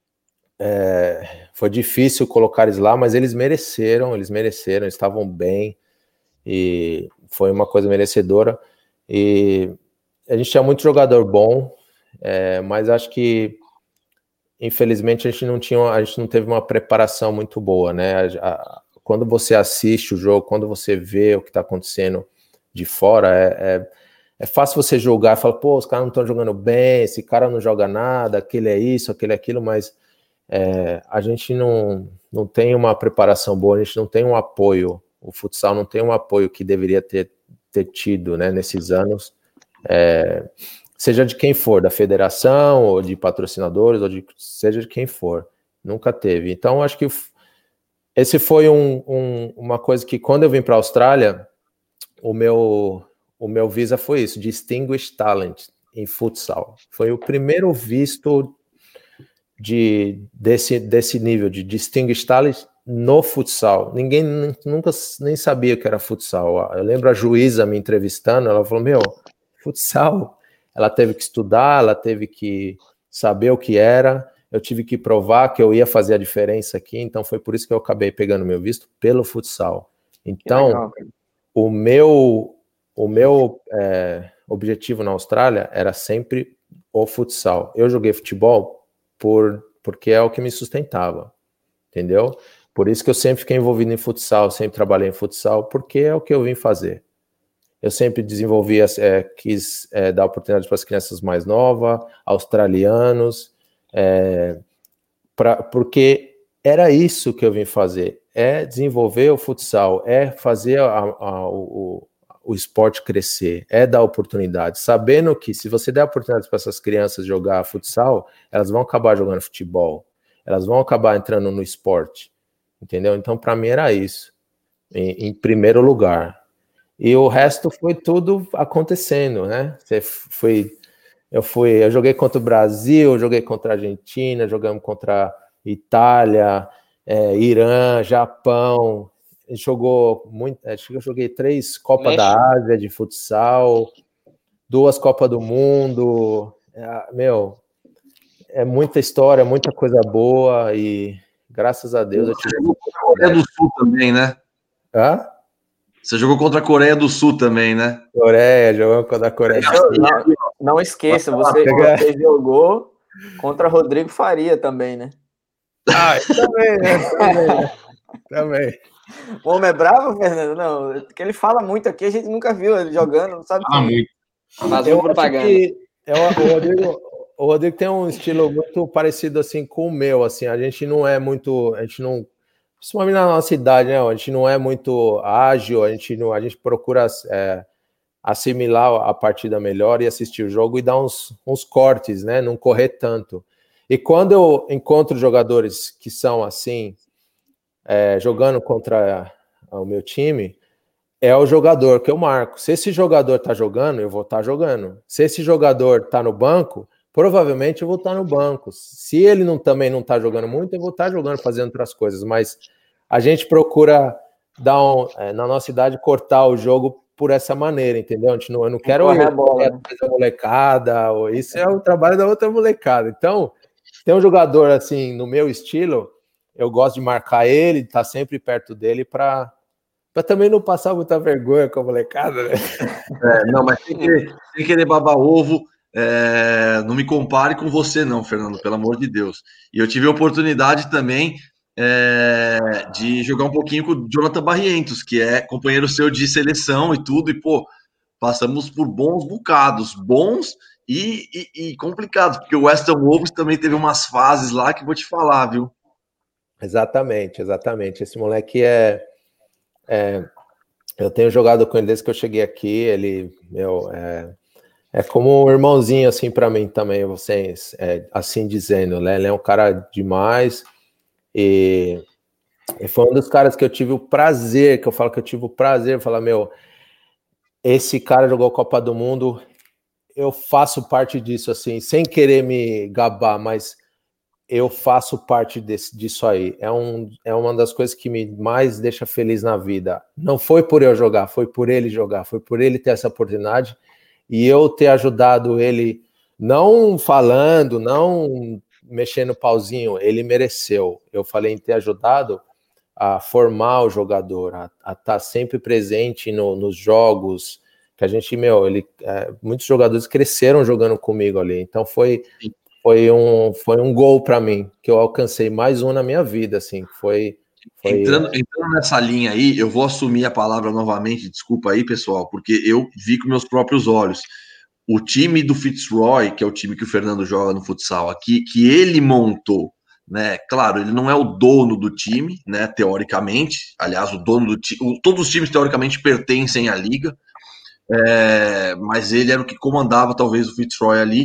é, foi difícil colocar eles lá, mas eles mereceram, eles mereceram, eles estavam bem, e foi uma coisa merecedora, e a gente tinha muito jogador bom, é, mas acho que infelizmente a gente não tinha, a gente não teve uma preparação muito boa, né? A, a, quando você assiste o jogo, quando você vê o que está acontecendo de fora, é, é É fácil você julgar e falar, pô, os caras não estão jogando bem, esse cara não joga nada, aquele é isso, aquele é aquilo, mas é, a gente não, não tem uma preparação boa, a gente não tem um apoio, o futsal não tem um apoio que deveria ter, ter tido, né, nesses anos, é, seja de quem for, da federação, ou de patrocinadores, ou de seja de quem for, nunca teve. Então, acho que esse foi um, um, uma coisa que, quando eu vim para a Austrália, o meu... O meu visa foi isso, Distinguished Talent em futsal. Foi o primeiro visto de, desse, desse nível de Distinguished Talent no futsal. Ninguém nunca nem sabia que era futsal. Eu lembro a juíza me entrevistando, ela falou, meu, futsal? Ela teve que estudar, ela teve que saber o que era, eu tive que provar que eu ia fazer a diferença aqui, então foi por isso que eu acabei pegando meu visto pelo futsal. Então, legal, o meu... O meu é, objetivo na Austrália era sempre o futsal. Eu joguei futebol por, porque é o que me sustentava, entendeu? Por isso que eu sempre fiquei envolvido em futsal, sempre trabalhei em futsal, porque é o que eu vim fazer. Eu sempre desenvolvi, é, quis é, dar oportunidade para as crianças mais novas, australianos, é, pra, porque era isso que eu vim fazer, é desenvolver o futsal, é fazer a, a, o o esporte crescer, é dar oportunidade, sabendo que se você der oportunidade para essas crianças jogar futsal, elas vão acabar jogando futebol, elas vão acabar entrando no esporte, entendeu? Então, para mim era isso, em, em primeiro lugar. E o resto foi tudo acontecendo, né? Você foi, eu fui, eu joguei contra o Brasil, joguei contra a Argentina, jogamos contra a Itália, é, Irã, Japão. A gente jogou muito, acho que eu joguei três Copas da Ásia de futsal, duas Copas do Mundo. É, meu, é muita história, muita coisa boa e graças a Deus eu tive. Você jogou contra a Coreia do Sul também, né? Hã? Você jogou contra a Coreia do Sul também, né? Coreia, jogou contra a Coreia do Sul. Não, não esqueça, você, você jogou contra Rodrigo Faria também, né? Ah, também, né? Também, né? Também. O homem é bravo, Fernando? Não, porque ele fala muito aqui, a gente nunca viu ele jogando, não sabe. Ah, muito. Faz Eu uma propaganda. que eu, o, Rodrigo, o Rodrigo tem um estilo muito parecido assim com o meu, assim, a gente não é muito, a gente não, principalmente na nossa idade, né, a gente não é muito ágil, a gente, não, a gente procura é, assimilar a partida melhor e assistir o jogo e dar uns, uns cortes, né, não correr tanto. E quando eu encontro jogadores que são assim, é, jogando contra o meu time, é o jogador que eu marco. Se esse jogador tá jogando, eu vou estar tá jogando. Se esse jogador tá no banco, provavelmente eu vou estar tá no banco. Se ele não, também não tá jogando muito, eu vou estar tá jogando, fazendo outras coisas. Mas a gente procura dar um, é, na nossa idade, cortar o jogo por essa maneira, entendeu? A gente não, eu não quero a bola, né? a molecada, ou isso é o trabalho da outra molecada. Então, tem um jogador assim, no meu estilo, eu gosto de marcar ele, estar tá sempre perto dele para Pra também não passar muita vergonha com a molecada, né? É, não, mas sem querer, sem querer babar ovo, é, não me compare com você não, Fernando, pelo amor de Deus. E eu tive a oportunidade também é, de jogar um pouquinho com o Jonathan Barrientos, que é companheiro seu de seleção e tudo, e pô, passamos por bons bocados, bons e, e, e complicados, porque o Weston Wolves também teve umas fases lá que vou te falar, viu? Exatamente, exatamente. Esse moleque é... É, eu tenho jogado com ele desde que eu cheguei aqui. Ele, meu, é, é como um irmãozinho assim para mim também. Vocês, é, assim dizendo, né? Ele é um cara demais e, e foi um dos caras que eu tive o prazer, que eu falo que eu tive o prazer de falar, meu, esse cara jogou a Copa do Mundo. Eu faço parte disso assim, sem querer me gabar, mas eu faço parte desse, disso aí. É, um, é uma das coisas que me mais deixa feliz na vida. Não foi por eu jogar, foi por ele jogar, foi por ele ter essa oportunidade e eu ter ajudado ele, não falando, não mexendo o pauzinho, ele mereceu. Eu falei em ter ajudado a formar o jogador, a estar tá sempre presente no, nos jogos, que a gente, meu, ele, é, muitos jogadores cresceram jogando comigo ali, então foi... Foi um, foi um gol para mim, que eu alcancei mais um na minha vida, assim, foi... foi entrando, é... entrando nessa linha aí, eu vou assumir a palavra novamente, desculpa aí, pessoal, porque eu vi com meus próprios olhos. O time do Fitzroy, que é o time que o Fernando joga no futsal aqui, que ele montou, né, claro, ele não é o dono do time, né, teoricamente, aliás, o dono do time, todos os times teoricamente pertencem à liga, é, mas ele era o que comandava talvez o Fitzroy ali.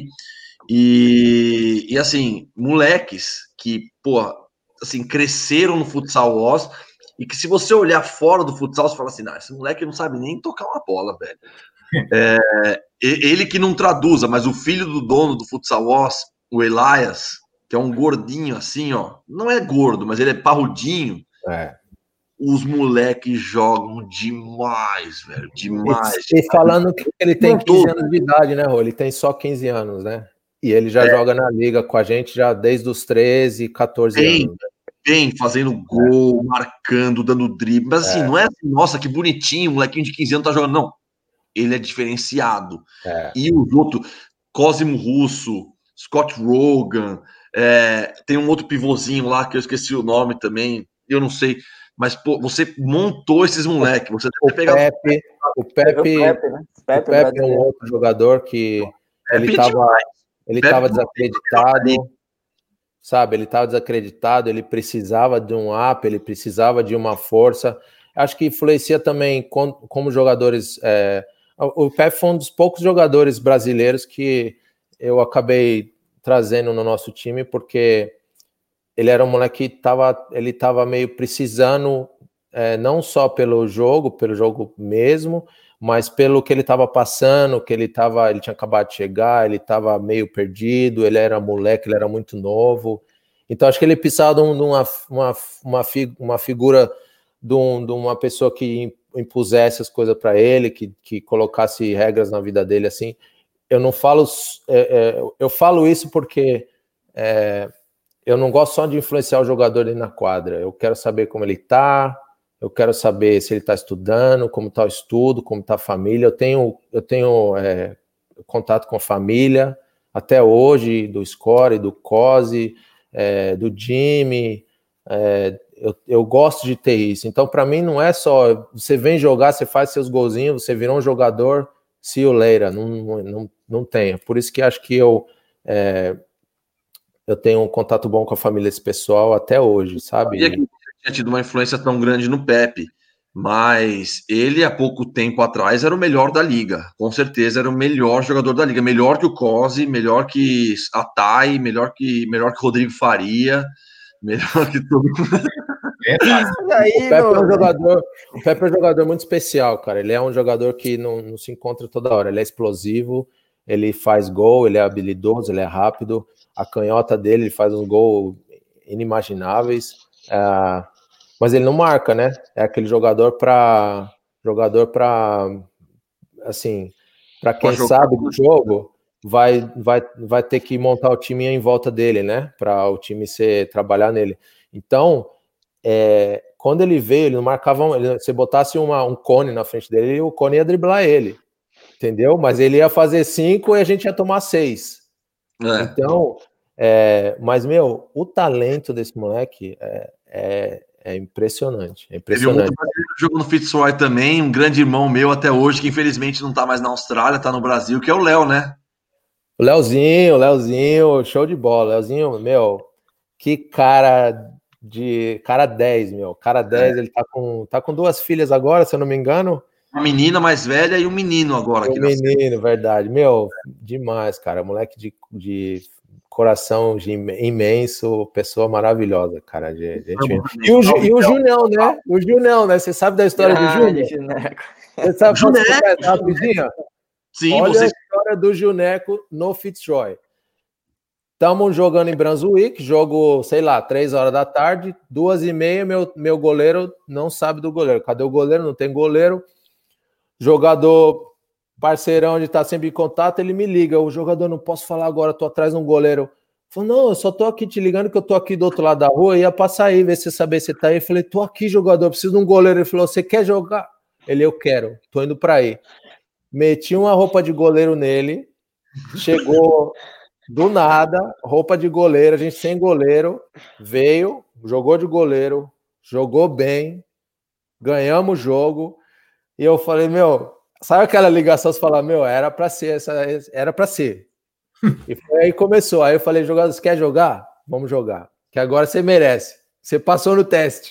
E, e assim, moleques que, pô, assim, cresceram no futsal Oz e que se você olhar fora do futsal, você fala assim, não, esse moleque não sabe nem tocar uma bola, velho. É, ele que não traduza, mas o filho do dono do futsal Oz, o Elias, que é um gordinho assim, ó, não é gordo, mas ele é parrudinho. É. Os moleques jogam demais, velho, demais. E, e falando que ele tem quinze anos de idade, né, Rô? Ele tem só quinze anos, né? E ele já é. joga na liga com a gente já desde os treze, catorze bem, anos. Né? Bem, fazendo gol, é. marcando, dando drible. Mas assim, é. não é assim, nossa, que bonitinho, o molequinho de quinze anos tá jogando. Não. Ele é diferenciado. É. E os outros, Cosimo Russo, Scott Rogan, é, tem um outro pivôzinho lá que eu esqueci o nome também, eu não sei. Mas, pô, você montou esses moleques. Você o, Pepe, o Pepe, o Pepe, né? o Pepe, o Pepe é um outro jogador que ele estava ele estava desacreditado, sabe? Ele estava desacreditado, ele precisava de um up, ele precisava de uma força. acho que influencia também com, como jogadores. É, o Pepe foi um dos poucos jogadores brasileiros que eu acabei trazendo no nosso time, porque ele era um moleque que tava, ele estava meio precisando, é, não só pelo jogo, pelo jogo mesmo, mas pelo que ele estava passando, que ele tava, ele tinha acabado de chegar, ele estava meio perdido, ele era moleque, ele era muito novo. Então acho que ele precisava de uma, uma, uma, uma figura de, um, de uma pessoa que impusesse as coisas para ele, que, que colocasse regras na vida dele, assim. Eu não falo, é, é, eu falo isso porque é, eu não gosto só de influenciar o jogador ali na quadra. Eu quero saber como ele está, eu quero saber se ele está estudando, como está o estudo, como está a família. Eu tenho, eu tenho é, contato com a família até hoje, do Score, do Cosi, é, do Jimmy. É, eu, eu gosto de ter isso. Então, para mim, não é só você vem jogar, você faz seus golzinhos, você virou um jogador, see you later. Não, não, não tem. Por isso que acho que eu... É, eu tenho um contato bom com a família desse pessoal até hoje, sabe? Eu sabia que tinha tido uma influência tão grande no Pepe, mas ele, há pouco tempo atrás, era o melhor da liga. Com certeza era o melhor jogador da liga. Melhor que o Cosi, melhor que a Thay, melhor que, melhor que o Rodrigo Faria, melhor que todo mundo. Aí, o, Pepe é um jogador, o Pepe é um jogador muito especial, cara. Ele é um jogador que não, não se encontra toda hora. Ele é explosivo, ele faz gol, ele é habilidoso, ele é rápido. A canhota dele, ele faz uns gols inimagináveis. É, mas ele não marca, né? É aquele jogador para jogador para assim, para quem sabe do jogo, vai, vai, vai ter que montar o time em volta dele, né? Para o time ser trabalhar nele. Então, é, quando ele veio, ele não marcava. Ele, se botasse uma, um cone na frente dele, o cone ia driblar ele, entendeu? Mas ele ia fazer cinco e a gente ia tomar seis. É. Então, é, mas, meu, o talento desse moleque é, é, é impressionante. É impressionante. Teve um outro jogo no Fitzroy também, um grande irmão meu até hoje, que infelizmente não tá mais na Austrália, tá no Brasil, que é o Léo, né? O Léozinho, o Léozinho, show de bola. Léozinho, meu, que cara de. Cara dez, meu. Cara dez, é. Ele tá com, tá com duas filhas agora, se eu não me engano. Uma menina mais velha e um menino agora. Um menino, nasceu. Verdade. Meu, demais, cara. Moleque de, de coração de imenso, pessoa maravilhosa, cara. De, de e, o, e o Junão, né? O Junão, né? Você sabe da história ah, do Júnior? Você sabe Juneco, rapidinho? Sim, Olha você... a história do Juneco no Fitzroy. Estamos jogando em Brunswick, jogo, sei lá, três horas da tarde, duas e meia, meu, meu goleiro não sabe do goleiro. Cadê o goleiro? Não tem goleiro. Jogador parceirão, de estar sempre em contato, ele me liga. O jogador, não posso falar agora, tô atrás de um goleiro. Falei, não, eu só tô aqui te ligando que eu tô aqui do outro lado da rua, ia passar aí, ver se você saber se tá aí. Eu falei, tô aqui, jogador, preciso de um goleiro. Ele falou, você quer jogar? Ele, eu quero, tô indo pra aí. Meti uma roupa de goleiro nele, chegou do nada, roupa de goleiro, a gente sem goleiro, veio, jogou de goleiro, jogou bem, ganhamos o jogo, e eu falei, meu, sabe aquela ligação, você fala, meu, era pra ser, essa, era pra ser. E foi aí que começou, aí eu falei, jogador, você quer jogar? Vamos jogar, que agora você merece, você passou no teste.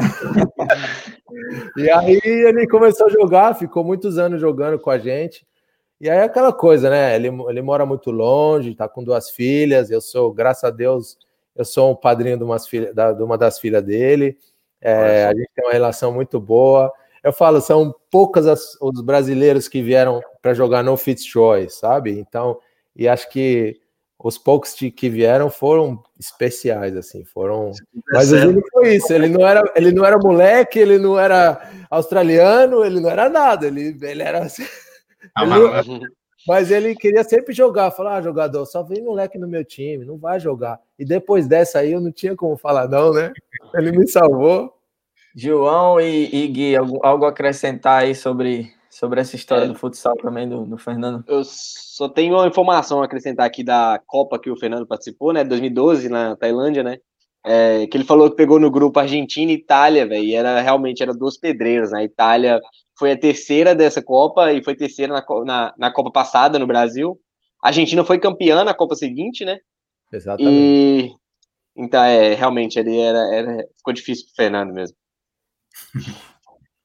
E aí ele começou a jogar, ficou muitos anos jogando com a gente. E aí é aquela coisa, né? Ele, ele mora muito longe, tá com duas filhas. Eu sou, graças a Deus, eu sou um padrinho de, umas filha, da, de uma das filhas dele. É, a gente tem uma relação muito boa. Eu falo, são poucas as, os brasileiros que vieram para jogar no Fitzroy, sabe? Então, e acho que os poucos que vieram foram especiais, assim, foram... Mas o Júnior foi isso, ele não era, ele não era moleque, ele não era australiano, ele não era nada, ele, ele era... Ele, mas ele queria sempre jogar, falar, ah, jogador, só vem moleque no meu time, não vai jogar. E depois dessa aí eu não tinha como falar não, né? Ele me salvou. João e, e Gui, algo, algo a acrescentar aí sobre, sobre essa história é. do futsal também, do, do Fernando? Eu só tenho uma informação a acrescentar aqui da Copa que o Fernando participou, né, dois mil e doze, na Tailândia, né, é, que ele falou que pegou no grupo Argentina e Itália, velho, e era, realmente era duas pedreiras, né, a Itália foi a terceira dessa Copa e foi terceira na, na, na Copa passada no Brasil, a Argentina foi campeã na Copa seguinte, né, exatamente. E, então, é, realmente, ele era, era, ficou difícil pro Fernando mesmo.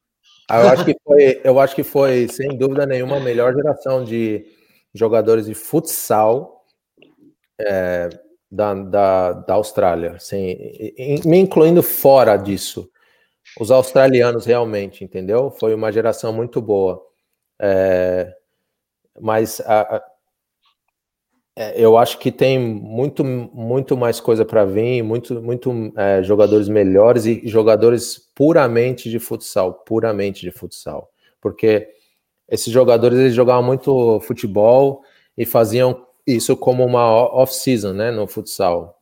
Eu acho que foi, eu acho que foi, sem dúvida nenhuma, a melhor geração de jogadores de futsal é, da, da, da Austrália, assim, me incluindo fora disso. Os australianos realmente, entendeu? Foi uma geração muito boa. É, mas a, a, eu acho que tem muito, muito mais coisa para vir, muito, muito é, jogadores melhores e jogadores puramente de futsal, puramente de futsal. Porque esses jogadores eles jogavam muito futebol e faziam isso como uma off-season, né, no futsal.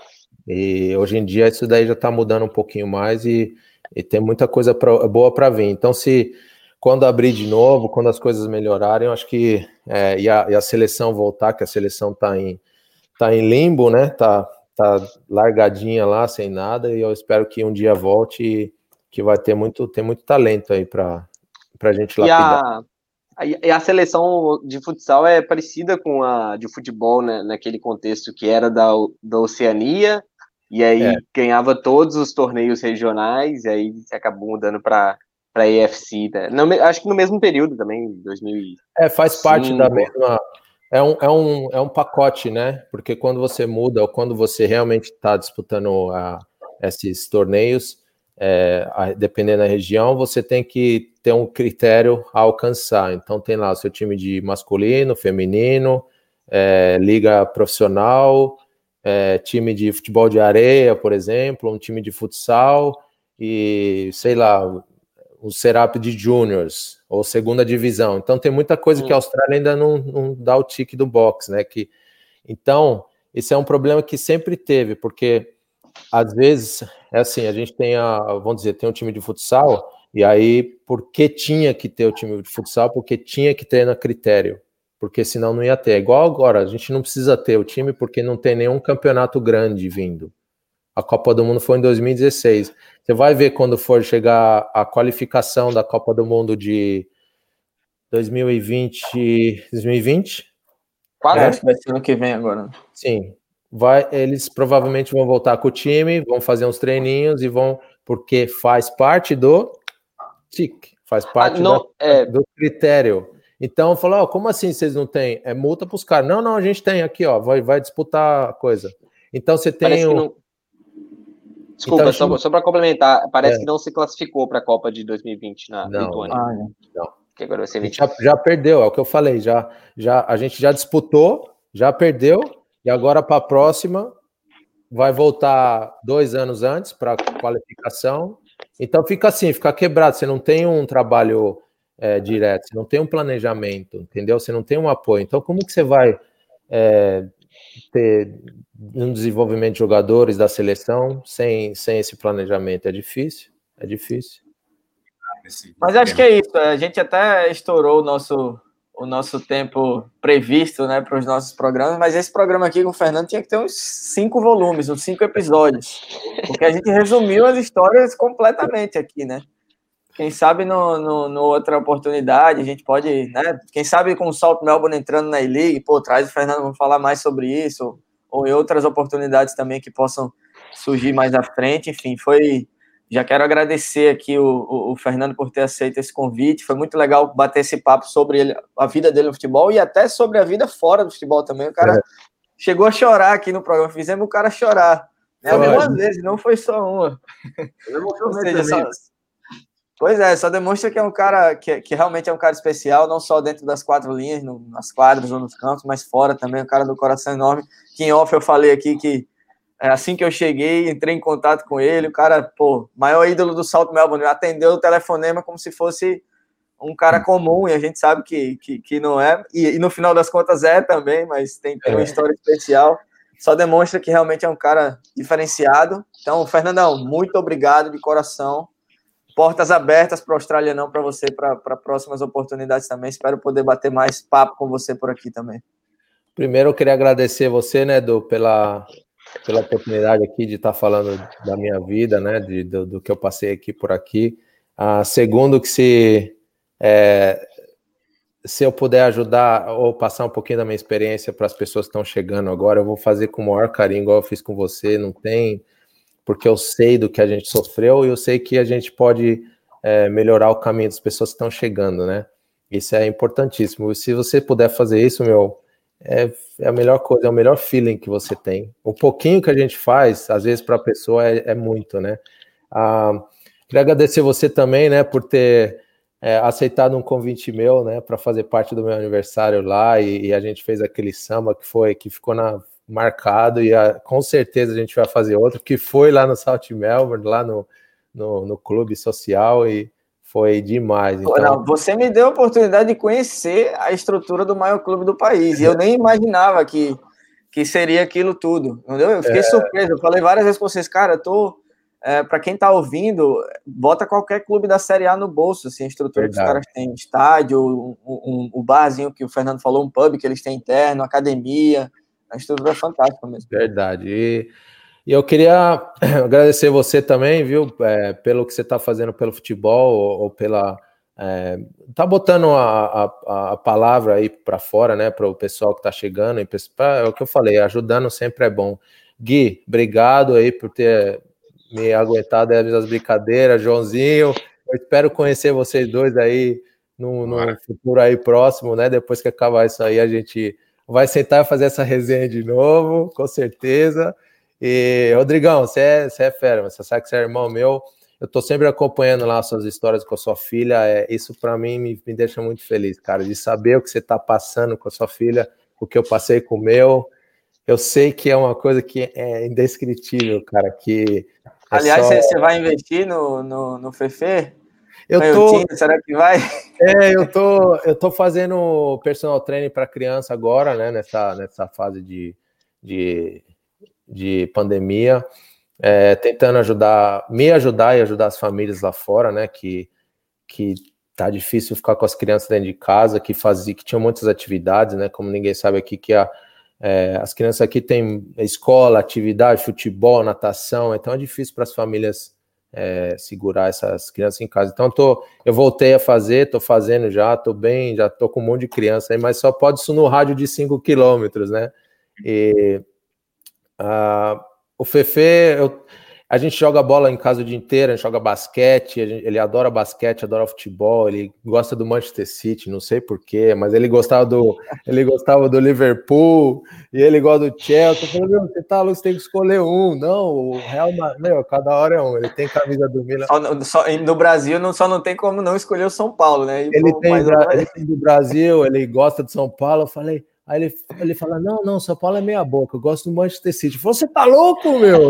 E hoje em dia isso daí já está mudando um pouquinho mais e, e tem muita coisa pra, boa para vir. Então, se quando abrir de novo, quando as coisas melhorarem, eu acho que é, e, a, e a seleção voltar, que a seleção está em, tá em limbo, né? Tá, tá largadinha lá, sem nada, e eu espero que um dia volte e que vai ter muito, tem muito talento aí para a gente lapidar. E a, a, a seleção de futsal é parecida com a de futebol, né? Naquele contexto que era da, da Oceania, e aí é. ganhava todos os torneios regionais, e aí acabou mudando para para a A F C, né? Não, acho que no mesmo período também, dois mil e cinco. É, faz parte da mesma... É um, é, um, é um pacote, né? Porque quando você muda, ou quando você realmente está disputando a, esses torneios, é, a, dependendo da região, você tem que ter um critério a alcançar. Então tem lá o seu time de masculino, feminino, é, liga profissional, é, time de futebol de areia, por exemplo, um time de futsal e, sei lá... o Serap de Juniors, ou segunda divisão. Então tem muita coisa hum. que a Austrália ainda não, não dá o tique do boxe, né? Que, então, esse é um problema que sempre teve, porque às vezes, é assim, a gente tem a, vamos dizer, tem um time de futsal, e aí, porque tinha que ter o time de futsal? Porque tinha que ter no critério, porque senão não ia ter. É igual agora, a gente não precisa ter o time porque não tem nenhum campeonato grande vindo. A Copa do Mundo foi em dois mil e dezesseis. Você vai ver quando for chegar a qualificação da Copa do Mundo de dois mil e vinte. dois mil e vinte? Quase, acho que vai ser ano que vem agora. Sim. Vai, eles provavelmente vão voltar com o time, vão fazer uns treininhos e vão, porque faz parte do T I C, faz parte ah, não, da, é... do critério. Então, falou, oh, como assim vocês não têm? É multa para os caras. Não, não, a gente tem aqui, ó, vai, vai disputar a coisa. Então você tem Parece um... que não... Desculpa, então, só, só para complementar, parece é. que não se classificou para a Copa de dois mil e vinte na não, Lituânia. Ah, não. não. Que agora vai ser vinte. Já, já perdeu, é o que eu falei, já, já, a gente já disputou, já perdeu, e agora para a próxima vai voltar dois anos antes para a qualificação. Então fica assim, fica quebrado, você não tem um trabalho é, direto, você não tem um planejamento, entendeu? Você não tem um apoio. Então como que você vai é, ter um desenvolvimento de jogadores da seleção sem, sem esse planejamento? É difícil, é difícil. Mas acho que é isso, a gente até estourou o nosso, o nosso tempo previsto, né, para os nossos programas, mas esse programa aqui com o Fernando tinha que ter uns cinco volumes, uns cinco episódios, porque a gente resumiu as histórias completamente aqui, né? Quem sabe no, no, no outra oportunidade a gente pode, né? Quem sabe com o Salt Melbourne entrando na A-League, pô, traz o Fernando, vamos falar mais sobre isso, ou em outras oportunidades também que possam surgir mais à frente. Enfim, foi... Já quero agradecer aqui o, o, o Fernando por ter aceito esse convite. Foi muito legal bater esse papo sobre ele, a vida dele no futebol e até sobre a vida fora do futebol também. O cara é. chegou a chorar aqui no programa. Fizemos o cara chorar. Né? Algumas vezes, não foi só uma. Ou seja, só... Pois é, só demonstra que é um cara que, que realmente é um cara especial, não só dentro das quatro linhas, no, nas quadras ou nos campos, mas fora também. Um cara do coração enorme. Que em off eu falei aqui que assim que eu cheguei, entrei em contato com ele, o cara, pô, maior ídolo do Salt Melbourne, atendeu o telefonema como se fosse um cara comum, e a gente sabe que, que, que não é, e, e no final das contas é também, mas tem, tem uma história especial, só demonstra que realmente é um cara diferenciado. Então, Fernandão, muito obrigado de coração, portas abertas para o Australianão, para você, para próximas oportunidades também, espero poder bater mais papo com você por aqui também. Primeiro, eu queria agradecer você, né, Edu, pela... pela oportunidade aqui de estar falando da minha vida, né, de, do, do que eu passei aqui por aqui. Ah, segundo, que se, é, se eu puder ajudar ou passar um pouquinho da minha experiência para as pessoas que estão chegando agora, eu vou fazer com o maior carinho, igual eu fiz com você, não tem, porque eu sei do que a gente sofreu e eu sei que a gente pode é, melhorar o caminho das pessoas que estão chegando, né? Isso é importantíssimo. Se você puder fazer isso, meu, é, é a melhor coisa, é o melhor feeling que você tem. O pouquinho que a gente faz, às vezes, para a pessoa é, é muito, né? Ah, queria agradecer você também, né, por ter é, aceitado um convite meu, né, para fazer parte do meu aniversário lá, e, e a gente fez aquele samba que foi, que ficou na, marcado, e a, com certeza a gente vai fazer outro, que foi lá no South Melbourne, lá no, no, no clube social, e foi demais. Então... Não, você me deu a oportunidade de conhecer a estrutura do maior clube do país, e eu nem imaginava que, que seria aquilo tudo, entendeu? Eu fiquei é... surpreso, eu falei várias vezes com vocês, cara, eu tô, é, para quem tá ouvindo, bota qualquer clube da Série A no bolso, assim, a estrutura Verdade. que os caras têm, estádio, o um, um, um barzinho que o Fernando falou, um pub que eles têm interno, academia, a estrutura é fantástica mesmo. Verdade, e... E eu queria agradecer você também, viu, é, pelo que você está fazendo pelo futebol, ou, ou pela... É, tá botando a, a, a palavra aí para fora, né, para o pessoal que está chegando, e pra, é o que eu falei, ajudando sempre é bom. Gui, obrigado aí por ter me aguentado aí das brincadeiras, Joãozinho, eu espero conhecer vocês dois aí no, no futuro aí próximo, né, depois que acabar isso aí a gente vai sentar e fazer essa resenha de novo, com certeza. E, Rodrigão, você é, você é fera, você sabe que você é irmão meu, eu tô sempre acompanhando lá suas histórias com a sua filha, é, isso para mim me, me deixa muito feliz, cara, de saber o que você tá passando com a sua filha, o que eu passei com o meu, eu sei que é uma coisa que é indescritível, cara, que... É Aliás, só... você vai investir no, no, no Fefe? Eu tô... Será que vai? É, eu tô, eu tô fazendo personal training para criança agora, né, nessa, nessa fase de... de... de pandemia, é, tentando ajudar, me ajudar e ajudar as famílias lá fora, né, que, que tá difícil ficar com as crianças dentro de casa, que fazia, que tinham muitas atividades, né, como ninguém sabe aqui, que a, é, as crianças aqui têm escola, atividade, futebol, natação, então é difícil para as famílias é, segurar essas crianças em casa. Então eu, tô, eu voltei a fazer, tô fazendo já, tô bem, já tô com um monte de criança aí, mas só pode isso no rádio de cinco quilômetros, né, e... Uh, o Fefe, eu, a gente joga bola em casa o dia inteiro, a gente joga basquete, gente, ele adora basquete, adora futebol, ele gosta do Manchester City, não sei porquê, mas ele gostava do, ele gostava do Liverpool, e ele gosta do Chelsea. Eu falei, meu, você tá louco, você tem que escolher um, não, o Real Madrid, meu, cada hora é um, ele tem camisa do Milan. Só, só, no Brasil não, só não tem como não escolher o São Paulo, né? E, ele, pô, tem, mas ele tem do Brasil, ele gosta de São Paulo, eu falei... Aí ele, ele fala, não, não, São Paulo é meia boca, eu gosto do Manchester City. Eu falei, você tá louco, meu?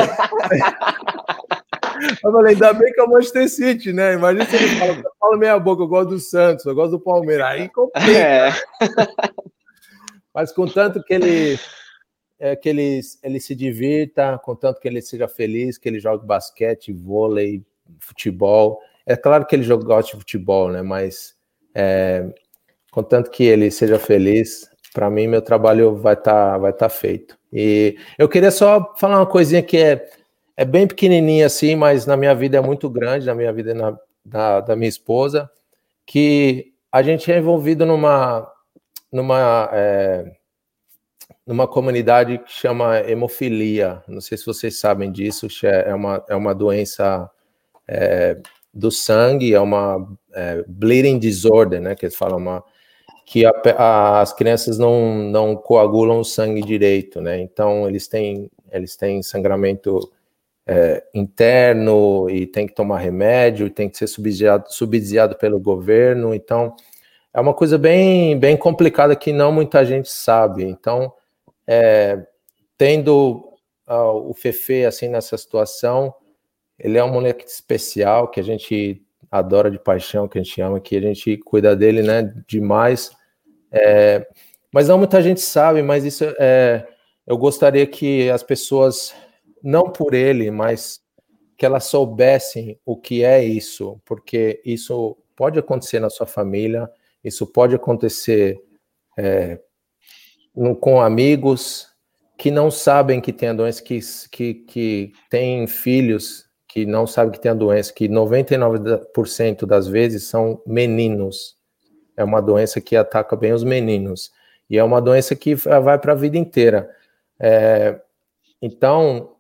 Eu falei, ainda bem que é o Manchester City, né? Imagina se ele fala, São Paulo é meia boca, eu gosto do Santos, eu gosto do Palmeiras. Aí complica. É. Mas contanto que ele, é, que ele, ele se divirta, contanto que ele seja feliz, que ele jogue basquete, vôlei, futebol. É claro que ele gosta de futebol, né? Mas é, contanto que ele seja feliz... Para mim, meu trabalho vai estar tá, vai tá feito. E eu queria só falar uma coisinha que é, é bem pequenininha assim, mas na minha vida é muito grande, na minha vida e na, na, da minha esposa, que a gente é envolvido numa, numa, é, numa comunidade que chama hemofilia. Não sei se vocês sabem disso, é uma, é uma doença é, do sangue, é uma é, bleeding disorder, né, que eles falam, uma... que a, a, as crianças não, não coagulam o sangue direito, né? Então eles têm, eles têm sangramento é, interno e tem que tomar remédio e tem que ser subsidiado, subsidiado pelo governo. Então é uma coisa bem, bem complicada que não muita gente sabe. Então, é, tendo uh, o Fefe assim nessa situação, ele é um moleque especial que a gente adora de paixão, que a gente ama, que a gente cuida dele, né, demais. É, mas não muita gente sabe, mas isso é, eu gostaria que as pessoas, não por ele, mas que elas soubessem o que é isso, porque isso pode acontecer na sua família, isso pode acontecer é, no, com amigos que não sabem que tem a doença, que, que, que têm filhos que não sabem que tem a doença, que noventa e nove por cento das vezes são meninos. É uma doença que ataca bem os meninos. E é uma doença que vai para a vida inteira. É, então,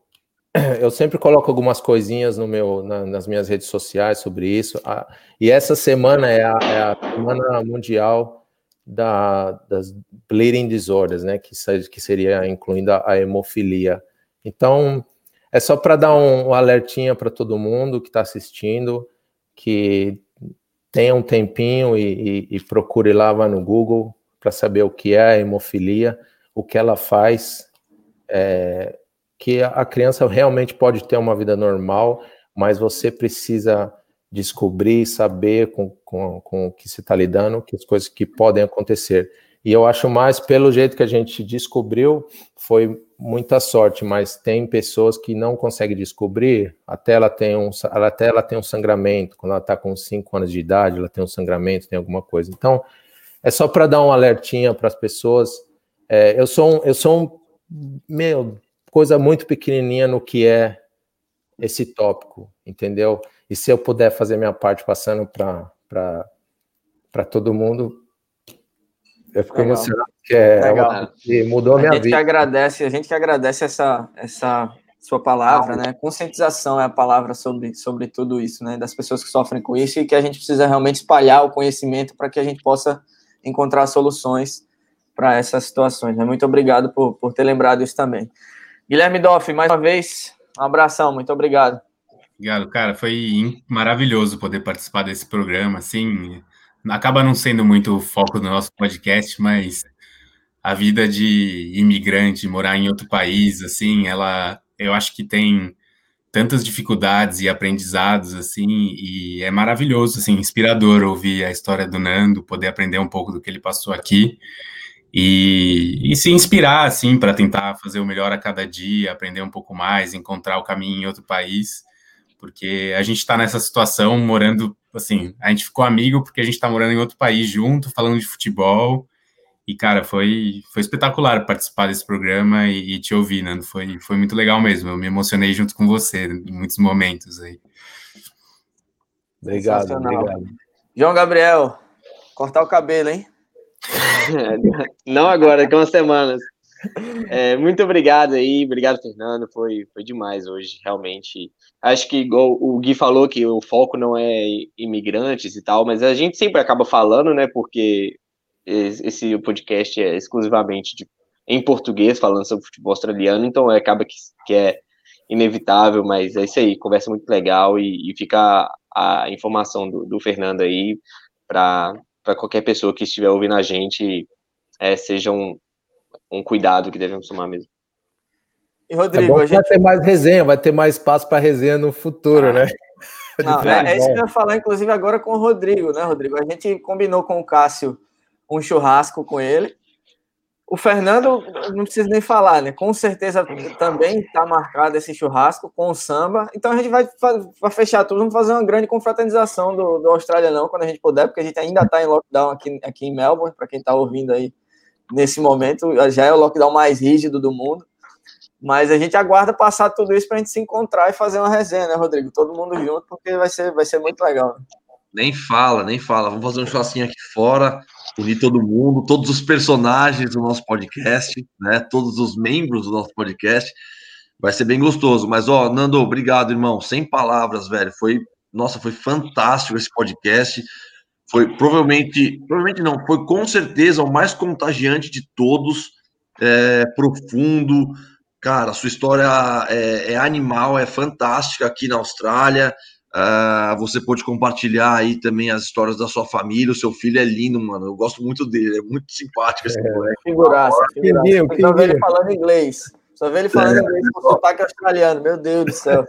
eu sempre coloco algumas coisinhas no meu, na, nas minhas redes sociais sobre isso. Ah, e essa semana é a, é a Semana Mundial da, das Bleeding Disorders, né? Que, que seria incluindo a, a hemofilia. Então, é só para dar um, um alertinha para todo mundo que está assistindo, que tenha um tempinho e, e, e procure lá, vá no Google para saber o que é a hemofilia, o que ela faz, é, que a criança realmente pode ter uma vida normal, mas você precisa descobrir, saber com, com, com o que você está lidando, que as coisas que podem acontecer. E eu acho mais, pelo jeito que a gente descobriu, foi muita sorte, mas tem pessoas que não conseguem descobrir, até ela tem um, até ela tem um sangramento, quando ela está com cinco anos de idade, ela tem um sangramento, tem alguma coisa. Então, é só para dar um alertinha para as pessoas. É, eu sou um, eu sou um, meu, coisa muito pequenininha no que é esse tópico, entendeu? E se eu puder fazer minha parte passando para para todo mundo, eu fico Legal. emocionado, porque é uma, que mudou a minha a gente vida. Que agradece, a gente que agradece essa, essa sua palavra, né? Conscientização é a palavra sobre, sobre tudo isso, né? Das pessoas que sofrem com isso e que a gente precisa realmente espalhar o conhecimento para que a gente possa encontrar soluções para essas situações. Né? Muito obrigado por, por ter lembrado isso também. Guilherme Doff, mais uma vez, um abração, muito obrigado. Obrigado, cara, foi maravilhoso poder participar desse programa, assim, acaba não sendo muito o foco do nosso podcast, mas a vida de imigrante, morar em outro país, assim, ela, eu acho que tem tantas dificuldades e aprendizados, assim, e é maravilhoso, assim, inspirador ouvir a história do Nando, poder aprender um pouco do que ele passou aqui, e, e se inspirar, assim, para tentar fazer o melhor a cada dia, aprender um pouco mais, encontrar o caminho em outro país, porque a gente está nessa situação morando, assim, a gente ficou amigo porque a gente está morando em outro país junto, falando de futebol, e, cara, foi, foi espetacular participar desse programa e, e te ouvir, Nando, foi, foi muito legal mesmo, eu me emocionei junto com você em muitos momentos aí. Obrigado, obrigado. João Gabriel, cortar o cabelo, hein? Não agora, daqui a umas semanas. É, muito obrigado aí, obrigado, Fernando, foi, foi demais hoje, realmente. Acho que igual o Gui falou que o foco não é imigrantes e tal, mas a gente sempre acaba falando, né, porque esse podcast é exclusivamente de, em português, falando sobre futebol australiano, então acaba que, que é inevitável, mas é isso aí, conversa muito legal e, e fica a, a informação do, do Fernando aí para qualquer pessoa que estiver ouvindo a gente, é, seja um um cuidado que devemos tomar mesmo. E Rodrigo, é a gente... vai ter mais resenha, vai ter mais espaço para resenha no futuro, ah, né? Não, é, é isso que eu ia falar, inclusive, agora com o Rodrigo, né, Rodrigo? A gente combinou com o Cássio um churrasco com ele. O Fernando, não precisa nem falar, né? Com certeza também está marcado esse churrasco com o samba. Então a gente vai, vai fechar tudo, vamos fazer uma grande confraternização do, do Australianão quando a gente puder, porque a gente ainda está em lockdown aqui, aqui em Melbourne, para quem está ouvindo aí. Nesse momento, já é o lockdown mais rígido do mundo, mas a gente aguarda passar tudo isso para a gente se encontrar e fazer uma resenha, né, Rodrigo? Todo mundo junto, porque vai ser, vai ser muito legal. Né? Nem fala, nem fala. Vamos fazer um churrasquinho aqui fora, unir todo mundo, todos os personagens do nosso podcast, né? Todos os membros do nosso podcast. Vai ser bem gostoso. Mas, ó, Nando, obrigado, irmão. Sem palavras, velho. Foi, nossa, foi fantástico esse podcast. Foi provavelmente, provavelmente não, foi com certeza o mais contagiante de todos, é, profundo. Cara, a sua história é, é animal, é fantástica aqui na Austrália. Uh, você pode compartilhar aí também as histórias da sua família. O seu filho é lindo, mano. Eu gosto muito dele, é muito simpático esse é, moleque. Figuraça, figuraça. Só vê ele falando inglês. Só vê ele falando é. inglês com sotaque australiano. Meu Deus do céu.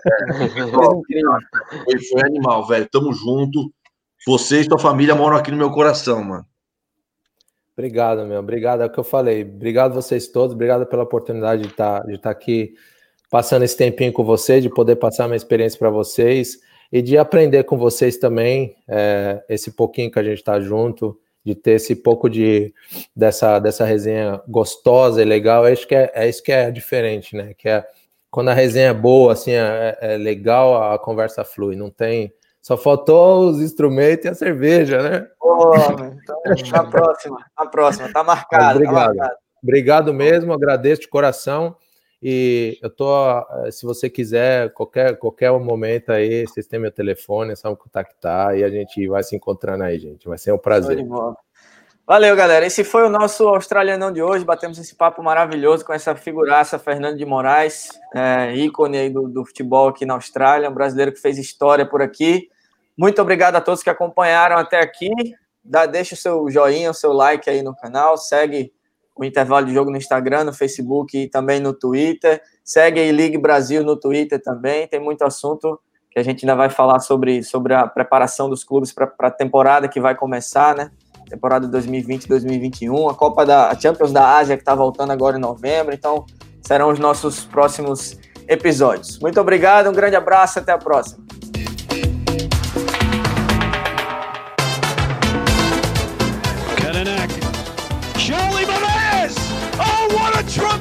foi, foi animal, velho. Tamo junto. Você e sua família moram aqui no meu coração, mano. Obrigado, meu. Obrigado, é o que eu falei. Obrigado vocês todos. Obrigado pela oportunidade de estar de estar aqui passando esse tempinho com vocês, de poder passar minha experiência para vocês e de aprender com vocês também, é, esse pouquinho que a gente está junto, de ter esse pouco de dessa, dessa resenha gostosa e legal. É isso que é, é isso que é diferente, né? Que é quando a resenha é boa, assim, é, é legal, a conversa flui. Não tem... Só faltou os instrumentos e a cerveja, né? Oh, então, na próxima, na próxima, tá marcado, obrigado. Tá marcado. Obrigado mesmo, agradeço de coração. E eu tô, se você quiser, qualquer, qualquer momento aí, vocês têm meu telefone, é só me contactar e a gente vai se encontrando aí, gente. Vai ser um prazer. Valeu, galera. Esse foi o nosso Australianão de hoje. Batemos esse papo maravilhoso com essa figuraça, Fernando de Moraes, é, ícone aí do, do futebol aqui na Austrália, um brasileiro que fez história por aqui. Muito obrigado a todos que acompanharam até aqui. Dá, deixa o seu joinha, o seu like aí no canal, segue o Intervalo de Jogo no Instagram, no Facebook e também no Twitter. Segue aí Ligue Brasil no Twitter também. Tem muito assunto que a gente ainda vai falar sobre, sobre a preparação dos clubes para a temporada que vai começar, né? Temporada dois mil e vinte, dois mil e vinte e um. A Copa da a Champions da Ásia que está voltando agora em novembro. Então, serão os nossos próximos episódios. Muito obrigado, um grande abraço, até a próxima. Jolie Perez! Oh, what a tremendous